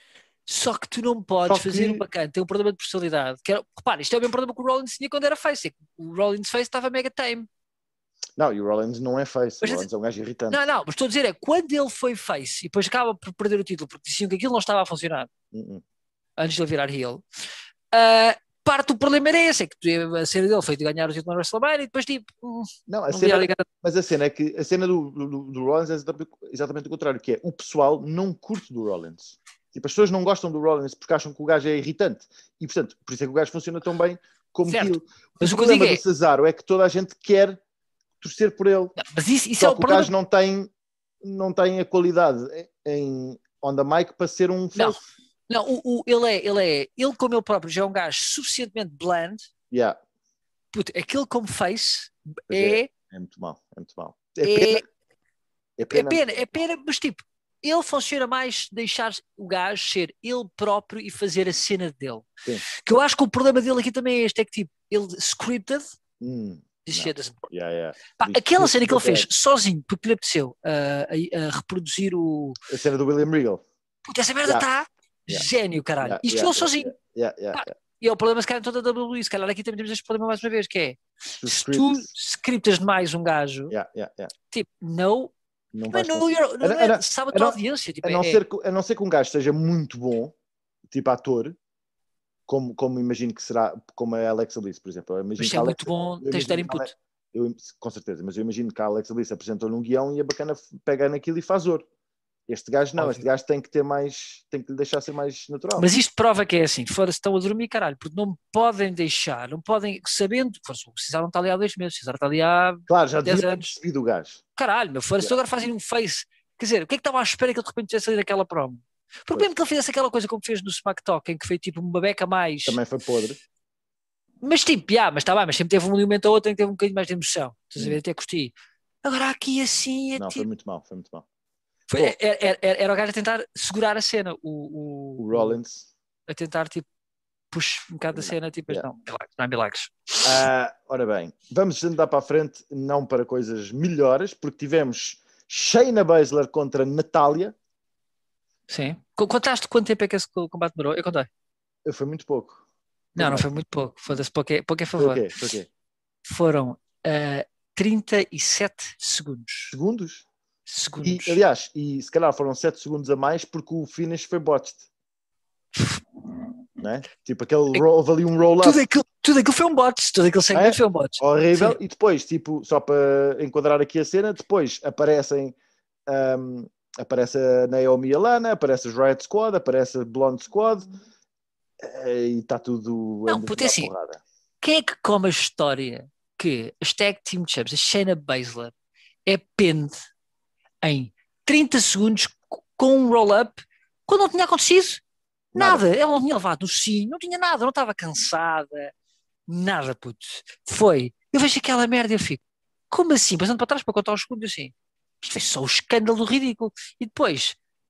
Só que tu não podes Só que- fazer o bacana, tem um problema de personalidade. Que era, repara, isto é o mesmo problema que o Rollins tinha quando era face. É que o Rollins face estava mega tame. Não, e o Rollins não é face, Mas- o Rollins é um gajo irritante. Não, não, mas estou a dizer é quando ele foi face e depois acaba por perder o título porque diziam que aquilo não estava a funcionar Uh-uh. antes de ele virar heel. ah, parte do problema era esse, é que tu- a cena dele foi de ganhar o título na WrestleMania e depois tipo, hum, Não, a não cena, via ali- mas a cena é que a cena do, do, do Rollins é exatamente, exatamente o contrário, que é o pessoal não curte do Rollins. Tipo, as pessoas não gostam do Rollins porque acham que o gajo é irritante. E, portanto, por isso é que o gajo funciona tão bem como Certo. heel. Mas o o que eu problema digo é- do Cesaro é que toda a gente quer torcer por ele. Não, mas isso, isso Só é o que o problema. gajo não tem, não tem a qualidade em on the mic para ser um Não. face. Não, o, o- ele é, ele é, ele como ele próprio já é um gajo suficientemente bland, Yeah, puto, aquele como face Pois é, é muito mal, é muito mal. É é, pena. É é pena. pena, é pena, mas tipo, ele funciona mais deixar o gajo ser ele próprio e fazer a cena dele. Sim. Que eu acho que o problema dele aqui também é este, é que tipo, ele scripted, Hum, this Não. shit doesn't work. yeah, yeah. Pá, Diz- aquela diz- cena que ele fez diz- sozinho, porque lhe apeteceu ah, a, a reproduzir o. A cena do William Regal. Puta, essa merda está Yeah. Yeah. gênio, caralho. Yeah, Isto yeah, ele sozinho. Yeah, yeah, Pá, yeah. E é o problema, se calhar, em toda a W W E. Se calhar aqui também temos este problema mais uma vez, que é Os se tu scripts. scriptas demais um gajo, Yeah, yeah, yeah. tipo, não, Não não é vais no, conseguir. your- não A- é, a- sabe a a tua não- audiência. Tipo, A não, é- ser, que- a não ser que um gajo seja muito bom, tipo ator, como, como imagino que será, como a Alexa Bliss, por exemplo. Eu imagino mas que se é a muito Alexa- bom, eu tens de dar imagino que a input. Ale- eu, com certeza, mas eu imagino que a Alexa Bliss apresentou-lhe um guião e a bacana pega naquilo e faz ouro. Este gajo não, Óbvio. este gajo tem que ter mais, tem que lhe deixar ser mais natural. Mas isto prova que é assim, foda-se, estão a dormir, caralho, porque não me podem deixar, não podem, sabendo, foda-se, o Cesar não está ali há dois meses, o Cesar está ali há, Claro, já dez devia ter anos. percebido o gajo. caralho, meu, foda-se, agora fazem um face, quer dizer, o que é que estava à espera que ele de repente tivesse ali naquela promo? Porque Pois. mesmo que ele fizesse aquela coisa como fez no Smack Talk, em que foi tipo uma beca a mais, Também foi podre. mas tipo, já, mas está bem, mas sempre teve um momento ou outro em que teve um bocadinho mais de emoção, estás a ver, Hum. até curti. Agora aqui assim é Não, foi tipo, muito mal, foi muito mal. foi- Pô. era, era- era- era o gajo a tentar segurar a cena, o, o, O Rollins. a tentar tipo, push um bocado a cena, tipo, mas Yeah. não, milagres, não há milagres. Ah, ora bem, vamos andar para a frente, não para coisas melhores, porque tivemos Shayna Baszler contra Natália. Sim. Qu- Contaste quanto tempo é que esse co- combate demorou? Eu contei. Foi muito pouco. Não, não mais. foi muito pouco. Foda-se, pouco é, pouco é Foi o favor. quê? Foi o quê? Foram ah, trinta e sete segundos. Segundos? E, Segundos. aliás, e se calhar foram sete segundos a mais porque o finish foi botched. Não é? Tipo, aquele roll, houve ali um roll-up tudo, aquilo, tudo aquilo foi um bot. Tudo aquilo segmento É? foi um bot. horrível Sim. e depois, tipo, só para enquadrar aqui a cena, depois aparecem ahm, aparece a Naomi e a Lana, aparece os Riot Squad, aparece a Blonde Squad eh, e está tudo Não, anda puto, tudo é à assim, porrada. Quem é que come a história que as Tag Team Champs, a Shayna Baszler, é pende em trinta segundos com um roll-up quando não tinha acontecido? Nada. Nada. Ela não tinha levado no sino, não tinha nada, não estava cansada, nada, puto. Foi. Eu vejo aquela merda e eu fico, como assim? Passando para trás para contar os segundos assim. Isto é só o escândalo ridículo. E depois,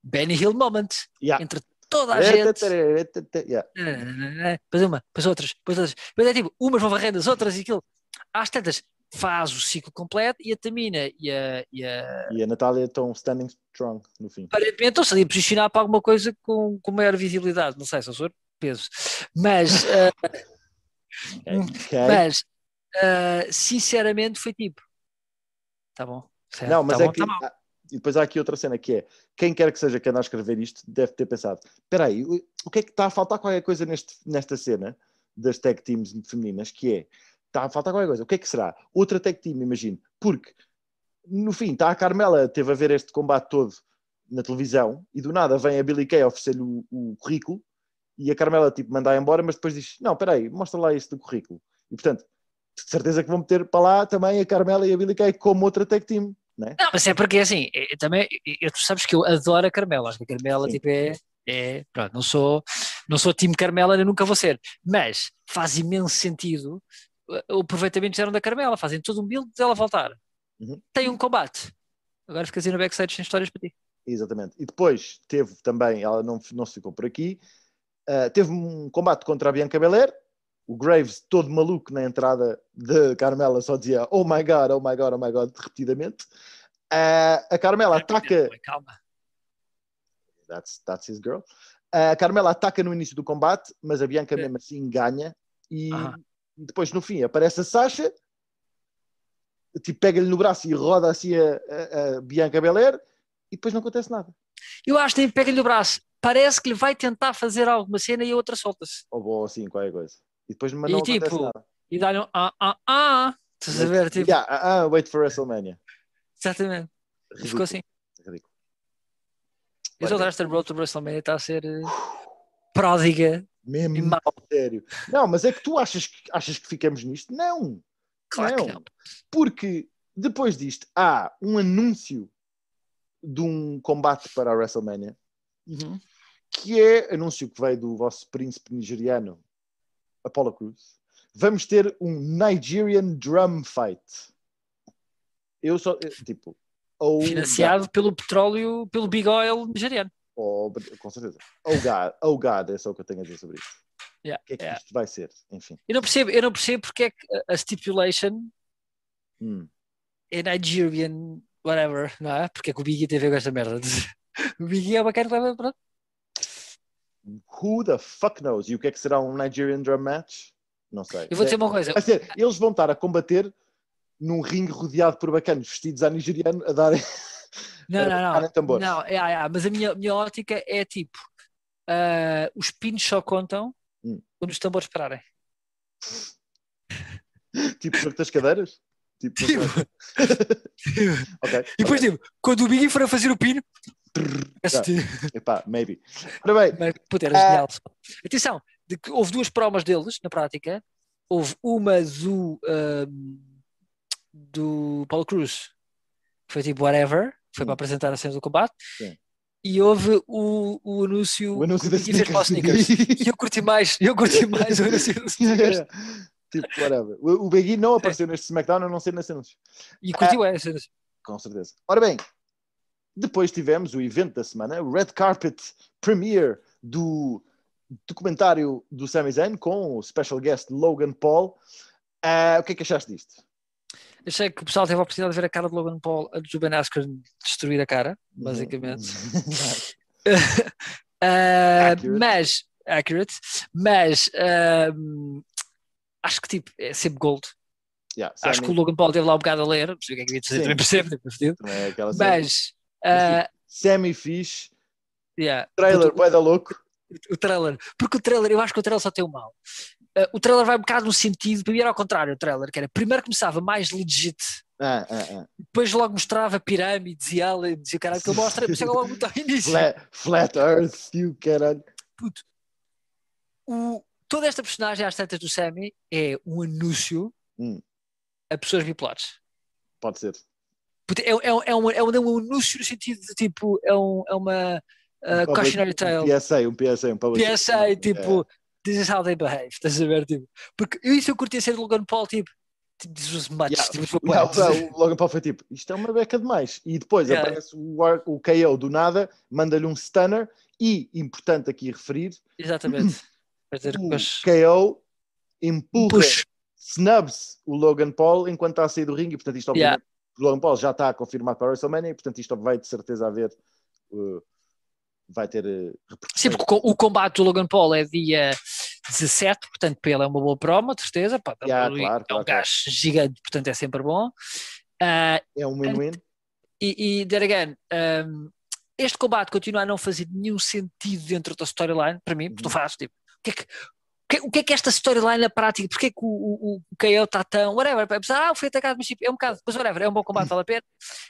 Benny Hill moment. Yeah. Entre toda a gente. Yeah. Depois uma, depois outras, depois outras. Depois é tipo, umas vão varrendo as outras e aquilo. Às tantas, faz o ciclo completo e a Tamina e a... E a, e a Natália estão standing strong no fim. Aparentemente estão-se ali a posicionar para alguma coisa com, com maior visibilidade. Não sei se eu sou peso. Mas... Uh, okay. Mas, uh, sinceramente, foi tipo... Tá bom. Certo, não, mas tá é bom, que... tá E depois há aqui outra cena que é, quem quer que seja que anda a escrever isto deve ter pensado, espera aí, o que é que está a faltar qualquer coisa neste, nesta cena das tag teams femininas, que é, está a faltar qualquer coisa, o que é que será? Outra tag team, imagino, porque no fim está a Carmela, teve a ver este combate todo na televisão e do nada vem a Billie Kay oferecer-lhe o, o currículo e a Carmela tipo manda embora, mas depois diz, não, espera aí, mostra lá isso do currículo. E portanto, de certeza que vão meter para lá também a Carmela e a Billie Kay como outra tag team. Não, é? Não, mas é porque assim, eu também, eu, tu sabes que eu adoro a Carmela, acho que a Carmela tipo, é, é, pronto, não sou, não sou time Carmela, nem nunca vou ser, mas faz imenso sentido o aproveitamento que fizeram da Carmela, fazem todo um build dela voltar, uhum. Tem um combate, agora ficas aí no backstage sem histórias para ti. Exatamente, e depois teve também, ela não, não se ficou por aqui, uh, teve um combate contra a Bianca Belair, o Graves todo maluco na entrada de Carmela só dizia oh my god, oh my god, oh my god repetidamente. Uh, a Carmela ataca calma that's, that's his girl. Uh, a Carmela ataca no início do combate, mas a Bianca é. mesmo assim ganha e uh-huh. depois no fim aparece a Sasha, tipo pega-lhe no braço e roda assim a, a, a Bianca Belair e depois não acontece nada. Eu acho que nem pega-lhe no braço, parece que lhe vai tentar fazer alguma cena e a outra solta-se ou, ou assim, qualquer coisa. E depois mas não e, acontece tipo, nada. E dá-lhe um ah, ah, ah. Estás a ver? Tipo... Yeah, uh, uh, wait for WrestleMania. Exatamente. Ridículo. Ficou assim. Ridículo. E o esta Road to WrestleMania está a ser uh, pródiga. Mesmo e mal. Sério. Não, mas é que tu achas que, achas que ficamos nisto? Não. Claro não. que não. Porque depois disto há um anúncio de um combate para a WrestleMania uhum. que é anúncio que veio do vosso príncipe nigeriano Apollo Crews. Vamos ter um Nigerian Drum Fight. Eu só, tipo... Oh financiado God. pelo petróleo, pelo Big Oil nigeriano. Oh, com certeza. Oh God, oh God, é só o que eu tenho a dizer sobre isto. Yeah, o que é que yeah. isto vai ser? Enfim. Eu não percebo, eu não percebo porque é que a stipulation hum. é Nigerian whatever, não é? Porque é que o Biggie tem a ver com esta merda. O Biggie é bacana que leva pronto. Who the fuck knows? E o que é que será um Nigerian Drum Match? Não sei. Eu vou dizer uma coisa. Vai ser, eles vão estar a combater num ringue rodeado por bacanos vestidos a nigeriano a darem... Não, não, não. não é, é, mas a minha, minha ótica é tipo uh, os pinos só contam hum. quando os tambores pararem. Tipo jogo das cadeiras? Tipo, tipo. okay, e depois okay. tipo, quando o Biggie for a fazer o pino epá, maybe. Ora bem, mas, puta, era uh... genial. Atenção, de que houve duas promos deles na prática. Houve uma do um, do Paulo Cruz, que foi tipo whatever, foi hum. para apresentar a cena do combate. Sim. E houve o, o anúncio, o anúncio que fez para os sneakers. E eu curti mais, eu curti mais o anúncio dos sneakers. Tipo, whatever. O, o Biggie não apareceu neste SmackDown, a não ser nesse anúncio. E curtiu ah, esse anúncio. Com certeza. Ora bem, depois tivemos o evento da semana, o Red Carpet Premiere do documentário do Sami Zayn com o special guest Logan Paul. Uh, o que é que achaste disto? Achei que o pessoal teve a oportunidade de ver a cara de Logan Paul antes do Ben Askren destruir a cara, basicamente. uh, accurate. Mas, accurate, mas uh, acho que tipo, é sempre gold. Yeah, acho que o Logan Paul teve lá um bocado a ler, não sei o que é que ia dizer, também percebo, também percebo. É mas, uh, Sami fixe, yeah, trailer, vai dar louco. O trailer, porque o trailer, eu acho que o trailer só tem o mal. Uh, o trailer vai um bocado no sentido, para mim era ao contrário, o trailer, que era primeiro começava mais legit, ah, ah, ah. depois logo mostrava pirâmides e ela e dizia caralho que ele mostra, mas chega logo muito ao início. Flat, flat Earth, you caralho. Puto, o, toda esta personagem às tantas do Sami é um anúncio hum. a pessoas bipolares. Pode ser. Puto, é, é, é, um, é um anúncio no sentido de tipo, é, um, é uma uh, um cautionary tale. Um P S A, um P S A, um P S A, tipo, yeah. This is how they behave, estás a ver, tipo, porque isso eu curti a ser de Logan Paul, tipo, Diz much, Yeah, diz uma yeah, coisa. o Logan Paul foi tipo, isto é uma beca demais. E depois Yeah. aparece o, o K O do nada, manda-lhe um stunner e, importante aqui referir, Exatamente. o K O empurra, Push. snubs o Logan Paul enquanto está a sair do ringue e, portanto, isto obviamente, Yeah. o Logan Paul já está confirmado para a WrestleMania e, portanto, isto vai de certeza haver, uh, vai ter uh, repercussões. Sim, porque o combate do Logan Paul é dia dezassete, portanto, para ele é uma boa promo, de certeza. Pá, Yeah, é claro, um claro, gajo claro. gigante, portanto, é sempre bom. Uh, é um win-win. E, e there again, um, este combate continua a não fazer nenhum sentido dentro da storyline, para mim, porque tu fazes tipo, o que é que, o que, o que é que esta storyline na prática, porque é que o, o, o K O está tão, whatever, ah, foi atacado, mas tipo, é um bocado, mas whatever, é um bom combate, vale a pena.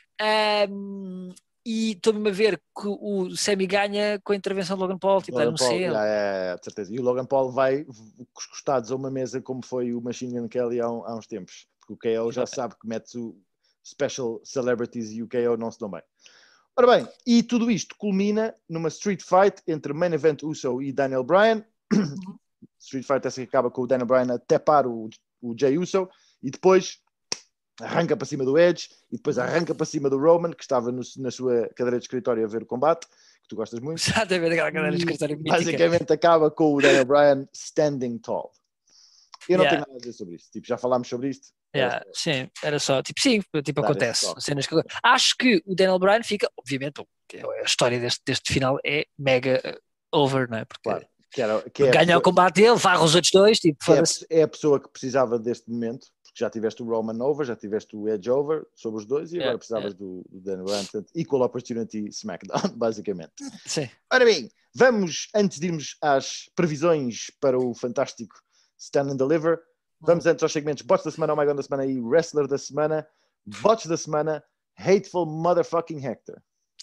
Um, e estou-me a ver que o Sami ganha com a intervenção do Logan Paul, tipo, Logan não Paul, sei. yeah, é, é, de certeza. E o Logan Paul vai com os costados a uma mesa como foi o Machine Gun Kelly há, há uns tempos, porque o K O já sabe que mete o Special Celebrities e o K O não se dão bem. Ora bem, e tudo isto culmina numa street fight entre Main Event Uso e Daniel Bryan. Uhum. Street fight essa que acaba com o Daniel Bryan a tapar o, o Jey Uso e depois arranca para cima do Edge e depois arranca para cima do Roman, que estava no, na sua cadeira de escritório a ver o combate, que tu gostas muito. Exatamente, aquela cadeira de escritório mítica. Basicamente acaba com o Daniel Bryan standing tall. Eu não yeah. tenho nada a dizer sobre isto. Tipo, já falámos sobre isto. Yeah, era sim, era só, tipo, sim, tipo, acontece. Cenas que... Acho que o Daniel Bryan fica, obviamente, a história deste, deste final é mega over, não é? Porque claro, que era, que é ganha pessoa, o combate dele, varra os outros dois, tipo, é, é a pessoa que precisava deste momento, porque já tiveste o Roman over, já tiveste o Edge over sobre os dois e agora yeah, precisavas yeah. do, do Daniel Bryan, portanto, equal opportunity SmackDown, basicamente. Sim. Ora bem, vamos, antes de irmos às previsões para o fantástico Stand and Deliver, vamos antes aos segmentos Bots da semana, Oh My God da semana e Wrestler da semana. Bots da semana, Hateful Motherfucking Hector.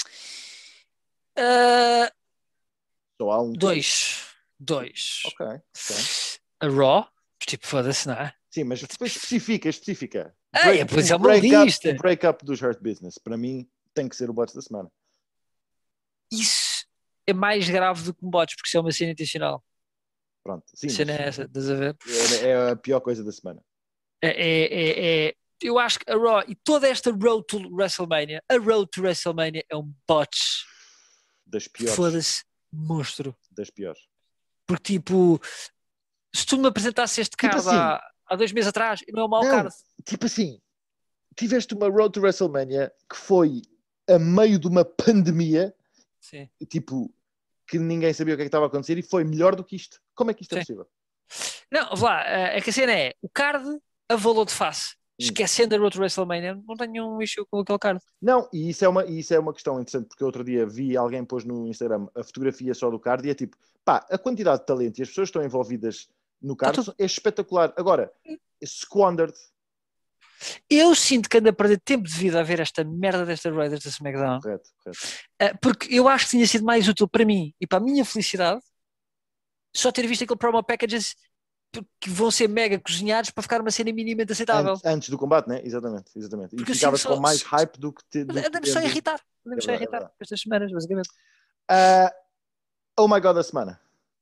Uh, Só há um. Dois. Dois. Ok. okay. A Raw, tipo, foda-se, não é? Sim, mas depois especifica, especifica. Ah, é, pois é uma break lista. Up, o break-up dos Hurt Business, para mim, tem que ser o Bots da semana. Isso é mais grave do que um bots, porque isso é uma cena intencional. Pronto, sim. A cena é essa, estás a ver? É, é a pior coisa da semana. É, é, é, é, eu acho que a Raw e toda esta Road to WrestleMania, a Road to WrestleMania é um botch. Das piores. Foda-se, monstro. Das piores. Porque, tipo, se tu me apresentasses este tipo card assim, há, há dois meses atrás, não é um mau não, card. Tipo assim, tiveste uma Road to WrestleMania que foi a meio de uma pandemia, Sim. tipo, que ninguém sabia o que é que estava a acontecer e foi melhor do que isto. Como é que isto Sim. é possível? Não, vá, é que a cena é, o card avalou de face. Hum. Esquecendo a Road to WrestleMania, não tenho nenhum issue com aquele card. Não, e isso é uma, isso é uma questão interessante, porque outro dia vi alguém pôs no Instagram a fotografia só do card e é tipo, pá, a quantidade de talento e as pessoas que estão envolvidas no card tá é espetacular. Agora, squandered. Eu sinto que ando a perder tempo de vida a ver esta merda desta Raiders da SmackDown. Correto, correto. Porque eu acho que tinha sido mais útil para mim e para a minha felicidade só ter visto aquele promo packages que vão ser mega cozinhados para ficar uma cena minimamente aceitável. Antes, antes do combate, né? Exatamente, exatamente. Porque e ficava assim, com mais hype do que... Te, Andamos só a irritar. Andamos é só a irritar é estas semanas, basicamente. Uh, oh my God da semana.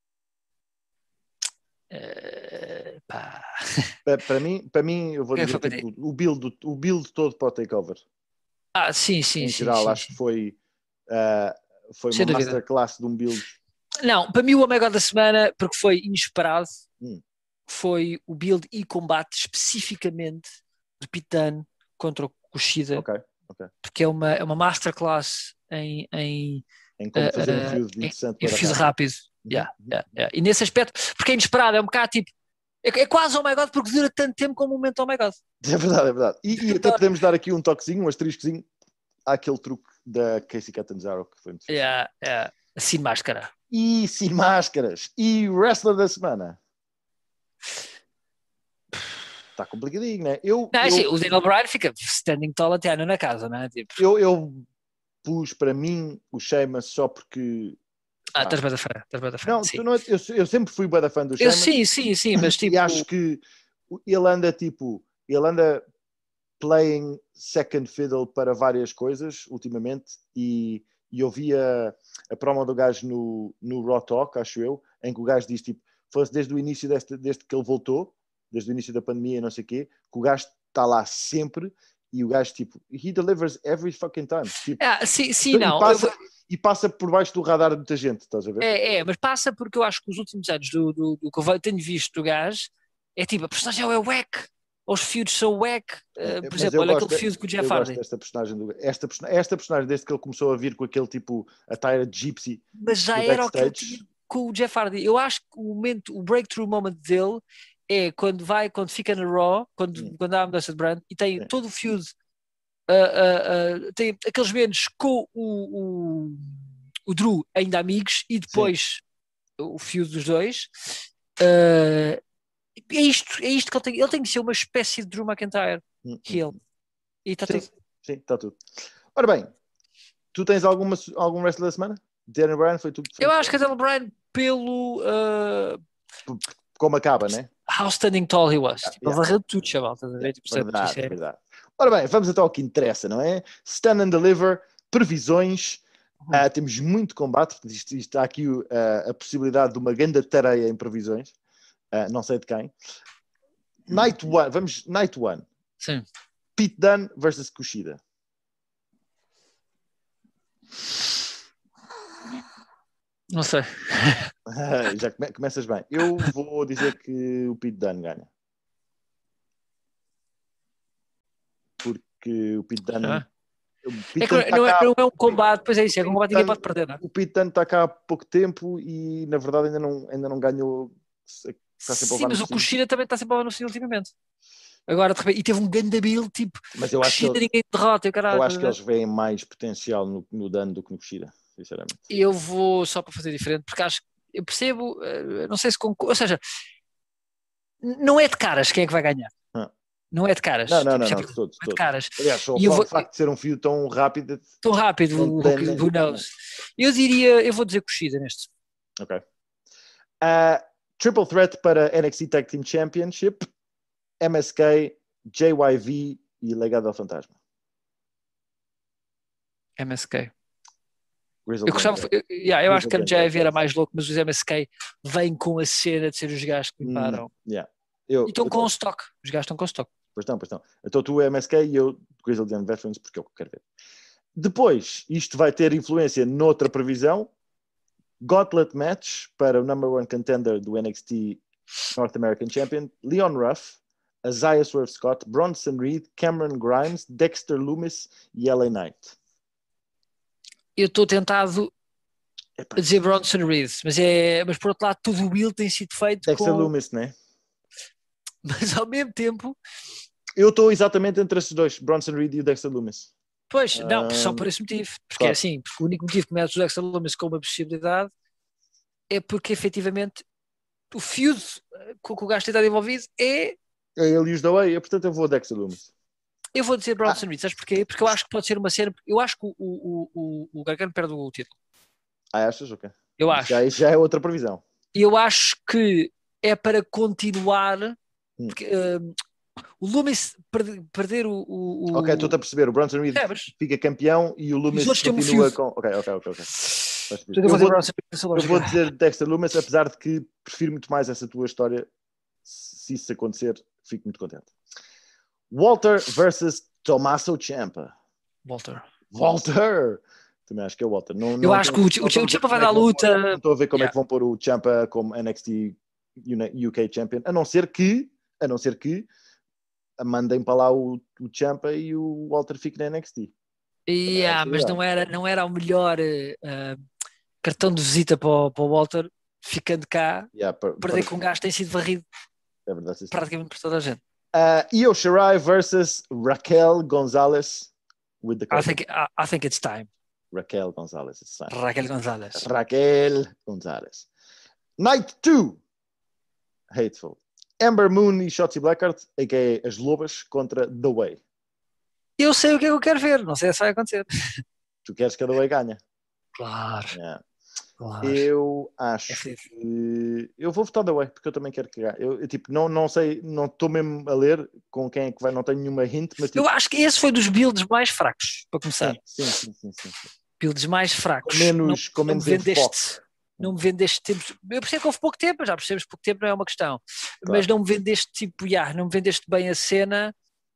Uh, pá. Para, para, mim, para mim, eu vou dizer tipo, o, build, o build todo para o takeover. Ah, sim, sim, em sim. geral, sim, acho sim. que foi, uh, foi uma masterclass de um build. Não, para mim o Omega da semana, porque foi inesperado, hum. foi o build e combate especificamente do Pitano contra o Kushida. Ok, ok. Porque é uma, é uma masterclass em, em, em como uh, fazer um uh, build interessante. Em, em build rápido. Uhum. Yeah, yeah, yeah. E nesse aspecto, porque é inesperado, é um bocado tipo. É, é quase Oh My God, porque dura tanto tempo como o momento Oh My God. É verdade, é verdade. E, e até podemos dar aqui um toquezinho, um asteriscozinho àquele truque da Casey Catanzaro, que foi muito difícil. Yeah, yeah. Sem máscara. E sem máscaras. E Wrestler da semana. Está complicadinho, né? Eu, não, eu, assim, o Daniel Bryan fica standing tall até ano na casa, não é? Tipo... Eu, eu pus para mim o Sheamus só porque... Ah, estás bem da fã, estás bem da fã. Não, tu não é, eu, eu sempre fui bem da fã do Sheamus. Sim, sim, sim, mas tipo... E acho que ele anda tipo... Ele anda playing second fiddle para várias coisas ultimamente e, e eu vi a, a promo do gajo no, no Raw Talk, acho eu, em que o gajo diz tipo, fosse desde o início deste, desde que ele voltou desde o início da pandemia e não sei o quê, que o gajo está lá sempre e o gajo, tipo, he delivers every fucking time. Tipo, Ah, sim, sim, e, não. passa, Eu- e passa por baixo do radar de muita gente, estás a ver? É, é, mas passa porque eu acho que os últimos anos do, do, do que eu tenho visto do gajo é tipo, a personagem é wack, os feuds são wack. Uh, por Mas exemplo, eu olha gosto, aquele de- feud com o eu Jeff gosto Hardy. desta personagem, do, esta, person- esta personagem, desde que ele começou a vir com aquele tipo, a tire de gypsy Mas já do era o que ele backstage. tinha com o Jeff Hardy. Eu acho que o momento, o breakthrough moment dele é quando vai, quando fica na Raw, quando, Hum. quando há a mudança de brand e tem Sim. todo o feud, uh, uh, uh, tem aqueles momentos com o, o, o Drew ainda amigos e depois o feud dos dois. Uh, é, isto, é isto que ele tem. Ele tem que ser uma espécie de Drew McIntyre. Hum, Heel. hum. E está Sim, tudo. sim, está tudo. Ora bem, tu tens alguma, algum wrestler da semana? Daniel Bryan foi tudo. Eu acho que a Daniel Bryan, pelo uh, Como acaba, né? how standing tall he was. Yeah, Tipo, ele yeah. varreu tudo, chaval. Estás a ver? Yeah, Tipo, sempre, verdade, isso é- verdade. Ora bem, vamos então ao que interessa, não é? Stand and Deliver, previsões. Uhum. Uh, temos muito combate. Isto, isto, há aqui uh, a possibilidade de uma grande tareia em previsões. Uh, não sei de quem. Night One, vamos, Night One. Sim. Pete Dunne versus Kushida. Não sei. Já come, começas bem. Eu vou dizer que o Pete Dunne ganha. Porque o Pete Dunne... Ah. o Pete É que Dunne tá não, é, cá- não é um combate, pois é isso, é um combate ninguém Dunne- pode perder, não é? O Pete Dunne está cá há pouco tempo e na verdade ainda não, ainda não ganhou. Está sempre a Sim, levar mas no o cinto. Kushida também está sempre a no ultimamente. Agora, de repente, e teve um grande build, tipo, Mas eu acho que, Kushida ele- ninguém derrota, e caralho. eu acho que estás a eles ver? veem mais potencial no, no Dunne do que no Kushida, sinceramente. Eu vou só para fazer diferente, porque acho que eu percebo, eh, não sei se concordo, ou seja, n- não é de caras quem é que vai ganhar. Ah. Não é de caras. Não, não, Tipo, não, já não, percebi, de todos, não é de todos. caras. Aliás, só E eu o vou, facto de ser um fio tão rápido. tão rápido, Não who, tem who nem- who knows? Eu diria, eu vou dizer Kushida neste. Ok. Uh, triple threat para N X T Tag Team Championship, M S K, J Y V e Legado ao Fantasma. M S K. Grizzled Eu, gostava, Young eu, yeah, eu acho que a Grizzled Young J V era mais louco, mas os M S K vêm com a cena de ser os gajos que limparam. Hum, yeah. Eu, E estão eu com tô- stock. Os gajos estão com stock. Pois não, pois não. Então tu é M S K e eu Grizzled Young Veterans porque é o que eu quero ver. Depois, isto vai ter influência noutra previsão. Gauntlet Match para o number one contender do N X T North American Champion, Leon Ruff, Isaiah Swerve Scott, Bronson Reed, Cameron Grimes, Dexter Loomis e L A Knight. Eu estou tentado Epá, a dizer Bronson Reed, mas, é, mas por outro lado, todo o build tem sido feito Dexter com... Loomis, né? Mas ao mesmo tempo, Eu estou exatamente entre esses dois, Bronson Reed e o Dexter Loomis. pois, não, Ah, só por esse motivo. Porque claro. é assim, porque o único motivo que metes o Dexter Loomis com uma possibilidade é porque efetivamente o feud eh, com que o gajo tem estado envolvido é... É ele e os da Way, portanto eu vou a Dexter Loomis. Eu vou dizer Bronson Ah. Reed, sabes porquê? Porque eu acho que pode ser uma cena... Eu acho que o, o, o, o Gargano perde o título. Ah, achas? Ok. Eu acho. Já, já é outra previsão. E eu acho que é para continuar... Hum. Porque, eh, o Loomis perder, perder o... o, o... Ok, estou-te a perceber. O Bronson Reed É, mas... fica campeão e o Loomis outros têm um continua feud. com... Ok, ok, ok. ok. Portanto, eu Eu vou dizer vou, Bronson Reed, essa eu lógica. vou dizer Dexter Loomis, apesar de que prefiro muito mais essa tua história. Se isso acontecer, fico muito contente. Walter versus Tommaso Ciampa. Walter. Walter! Também acho que é o Walter. Não, Eu não acho tô- que o, não o, tô a o ver Ciampa como vai é que dar vão luta. pôr- Não estou a ver como é Yeah. que vão pôr o Ciampa como N X T U K Champion, a não ser que, a não ser que mandem para lá o, o Ciampa e o Walter fiquem na N X T. Yeah, mas não era, não era o melhor eh, eh, cartão de visita para o, para o Walter, ficando cá, Yeah, per- perder per- com um gajo que tem sido varrido é verdade, sim, sim. praticamente por toda a gente. Uh, Io Shirai versus Raquel Gonzalez with the I curtain. think, I, I think it's time. Raquel Gonzalez. It's time. Raquel Gonzalez. Raquel Gonzalez. Night two. Hateful. Ember Moon e Shotzi Blackheart, a k a as Lobas, contra The Way. Eu sei o que é que eu quero ver, não sei se vai acontecer. Tu queres que a The Way ganhe? Claro, Yeah. claro. Eu acho É feliz. que... Eu vou votar The Way, porque eu também quero que ganhe. Eu, eu, tipo, não, não sei, não estou mesmo a ler com quem é que vai, não tenho nenhuma hint, mas tipo... Eu acho que esse foi dos builds mais fracos, para começar. Sim, sim, sim, sim, sim. Builds mais fracos. Com menos, não, com não menos me vendeste. enfoque. não me vendeste tempo. Eu percebo que houve pouco tempo, já percebes pouco tempo não é uma questão, Claro. mas não me vendeste tipo, yeah, não me vendeste bem a cena.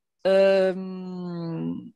Hum,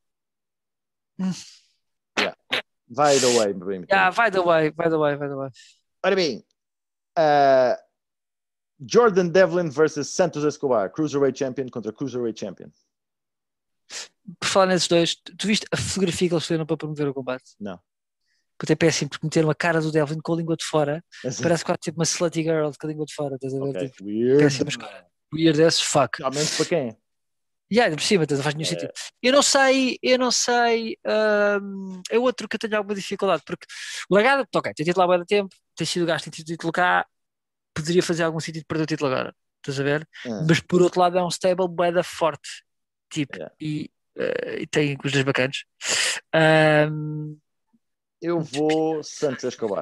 Yeah. Vai the way, bem. yeah, vai the way, vai the way, vai the way. Ora bem, uh, Jordan Devlin versus Santos Escobar, Cruiserweight Champion contra Cruiserweight Champion. Por falar nesses dois, tu, tu viste a fotografia que eles fizeram para promover o combate? Não. Porque é péssimo, porque meteram a cara do Devlin com a língua de fora, Assim. parece quase tipo uma slutty girl com a língua de fora, estás a ver? Okay. Tipo, Weird. péssimo escolha. Weird as fuck. Realmente para quem? E aí, por cima, não faz nenhum É. sentido. Eu não sei, eu não sei. hum, é outro que eu tenho alguma dificuldade, porque o legado, ok, tem título há bué de tempo, tem sido gasto em título cá, poderia fazer algum sentido perder o título agora, estás a ver? Hum. Mas por outro lado é um stable bué da forte, tipo, Yeah. e, eh, e tem os dois bacanas. Hum, Eu vou Santos Escobar.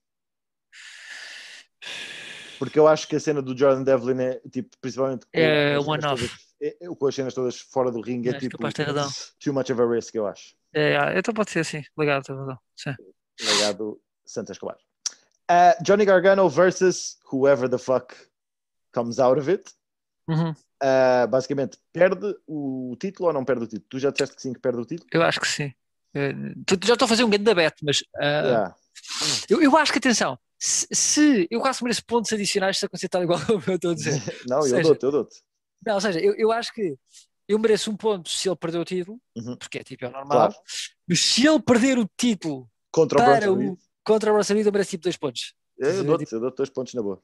Porque eu acho que a cena do Jordan Devlin é, tipo, principalmente com, É com as cenas one-off. todas- é- é- com as cenas todas fora do ringue, é Acho que tipo capaz de ter razão. too much of a risk, eu acho. É, ah, então pode ser assim, legal, tem razão. Sim. Legado Santos Escobar. Uh, Johnny Gargano versus whoever the fuck comes out of it. Uhum. Uh, basicamente, perde o título ou não perde o título? Tu já disseste que sim, que perde o título? Eu acho que sim. Eh, tu- tu já estou a fazer um grande bet, mas ah, Yeah. eu, eu acho que, atenção, se, se eu quase mereço pontos adicionais se acontecer tal igual ao que eu estou a dizer. Não, Ou eu seja, dou-te, eu dou-te. Não, ou seja, eu, eu acho que eu mereço um ponto se ele perder o título, Uhum. porque é tipo, é normal, Claro. mas se ele perder o título Contra o para Bronson o, Reed, contra o Bronson Reed, eu mereço tipo dois pontos. eu dou-te, eu dou-te dois pontos na boa.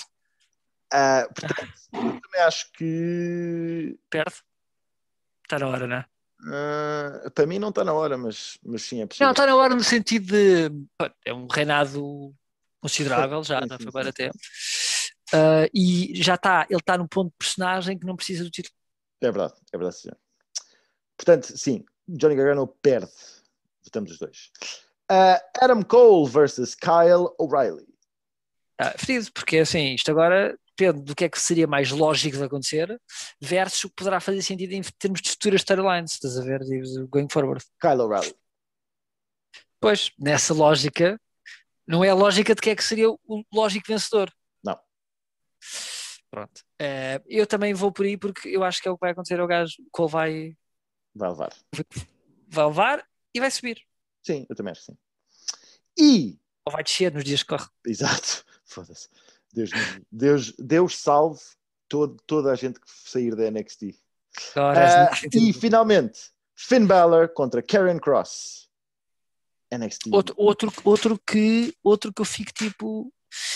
Uh, portanto, eu também acho que Perde? Está na hora, não é? uh, para mim não está na hora, mas, mas sim é Não, possível. está na hora no sentido de pá, é um reinado considerável já, Sim, não sim, foi sim, para sim. tempo. Ah, e já está, ele está num ponto de personagem que não precisa do título. É verdade, é verdade, senhor. Portanto, sim, Johnny Gargano perde. Votamos os dois. Uh, Adam Cole versus Kyle O'Reilly. Ah, ferido, porque assim, isto agora depende do que é que seria mais lógico de acontecer versus o que poderá fazer sentido em termos de futuras storylines, estás a ver, digo, going forward. Kyle O'Reilly. Pois, nessa lógica, não é a lógica de que é que seria o lógico vencedor. Não. Pronto. Eh, eu também vou por aí porque eu acho que é o que vai acontecer ao gajo, o Cole vai, Vai levar. vai levar e vai subir. Sim, eu também acho que sim. E, Ou vai descer nos dias que corre. exato, foda-se. Deus, Deus, Deus salve todo, toda a gente que sair da N X T. Agora, Uh, e finalmente, Finn Balor contra Karrion Kross. N X T. outro, outro, outro, que, outro que eu fico tipo.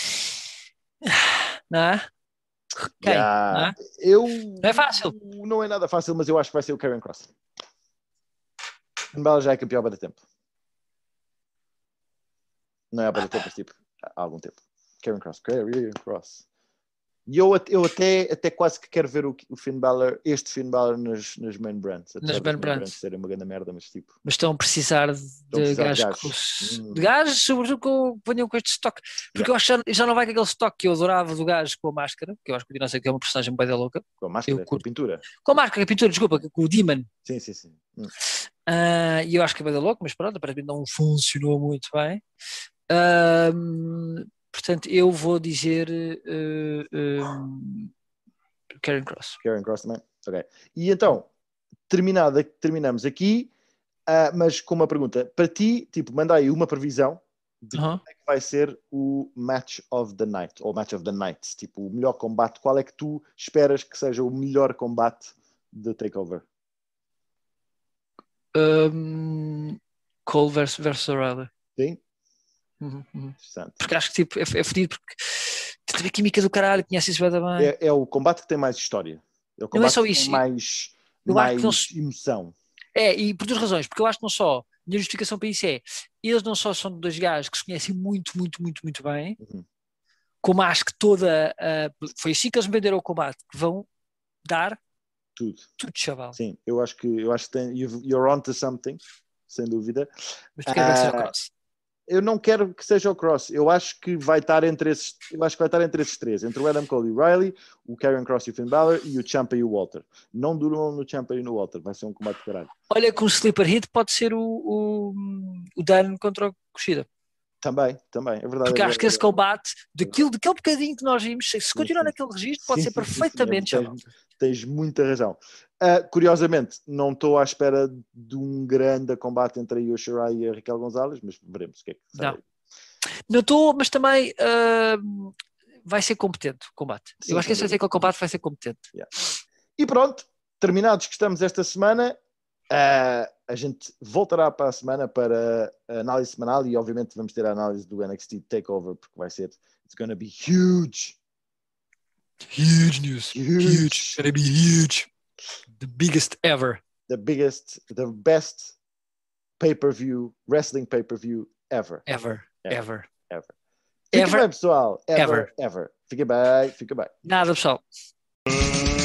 Não é? Quem? Yeah. Não é? Eu, Não é fácil. Não é nada fácil, mas eu acho que vai ser o Karrion Kross. Finn Balor já é campeão há bastante tempo. Não é há bastante tempo, mas tipo, há algum tempo. Karrion Kross, Karrion Kross. E eu, eu até, até quase que quero ver o, o Finn Balor, este Finn Balor nas, nas main brands. Nas main brands. Serem uma grande merda, mas tipo. Mas estão a precisar de, a precisar de gajos, gajos. com- Hum. de gajos, sobretudo com, que venham com este estoque. Porque eu acho que já, já não vai com aquele estoque que eu adorava do gajo com a máscara, que eu acho que continua a ser que é uma personagem bem da louca. Com a máscara, Eu com a curto. pintura. Com a máscara, com a pintura, desculpa, com o Demon. Sim, sim, sim. Hum. Ah, E eu acho que é bem da louco, mas pronto, aparentemente não funcionou muito bem. Ahm, portanto, eu vou dizer uh, um, Karrion Kross. Karrion Kross também. Ok. E então, terminada, terminamos aqui, uh, mas com uma pergunta. Para ti, tipo, manda aí uma previsão de Uhum. qual é que vai ser o Match of the Night, ou Match of the Night. Tipo, o melhor combate. Qual é que tu esperas que seja o melhor combate de TakeOver? Um, Cole versus, versus O'Reilly. Sim? Uhum, uhum. Interessante. Porque acho que tipo, é, é fedido porque teve a química do caralho, conhece isso bem também. É, é o combate que tem mais história. É o Não é combate só que isso. tem mais, Eu acho mais que não se- emoção. É, e por duas razões, porque eu acho que não só, a minha justificação para isso é, eles não só são dois gajos que se conhecem muito, muito, muito, muito bem, Uhum. como acho que toda, a- foi assim que eles me venderam o combate, que vão dar Tudo. tudo, chaval. Sim, eu acho que, eu acho que tem, you've- you're on to something, sem dúvida. Mas tu queres ver que seja Ah, Cross. Eu não quero que seja o Cross. Eu acho que vai estar entre esses, eu acho que vai estar entre esses três, entre o Adam Cole e o Riley, o Karrion Kross e o Finn Balor e o Ciampa e o Walter. Não duram no Ciampa e no Walter, vai ser um combate de caralho. Olha que um sleeper hit pode ser o, o, o Dan contra o Kushida. Também, também, é verdade. Porque é acho que esse verdade. combate, daquilo, daquele bocadinho que nós vimos, se continuar sim. naquele registro, pode Sim, ser sim, sim, sim, perfeitamente sim, é, chamado. tens, tens muita razão. Uh, curiosamente, não estou à espera de um grande combate entre a Io Shirai e a Raquel Gonzalez, mas veremos o que é que sai. Não. Não estou, mas também uh, vai ser competente o combate. Sim, Eu acho que esse vai ser aquele combate vai ser competente. Yeah. E pronto, terminados que estamos esta semana, uh, a gente voltará para a semana para a análise semanal e obviamente vamos ter a análise do N X T TakeOver, porque vai ser, it's gonna be huge. Huge news. Huge. Huge. It's gonna be huge. The biggest ever. The biggest, the best pay-per-view, wrestling pay-per-view ever. Ever. Ever. Ever. Fica Ever. bem, pessoal. Ever, Ever. ever. Fica bem, fica bem. Nada, pessoal.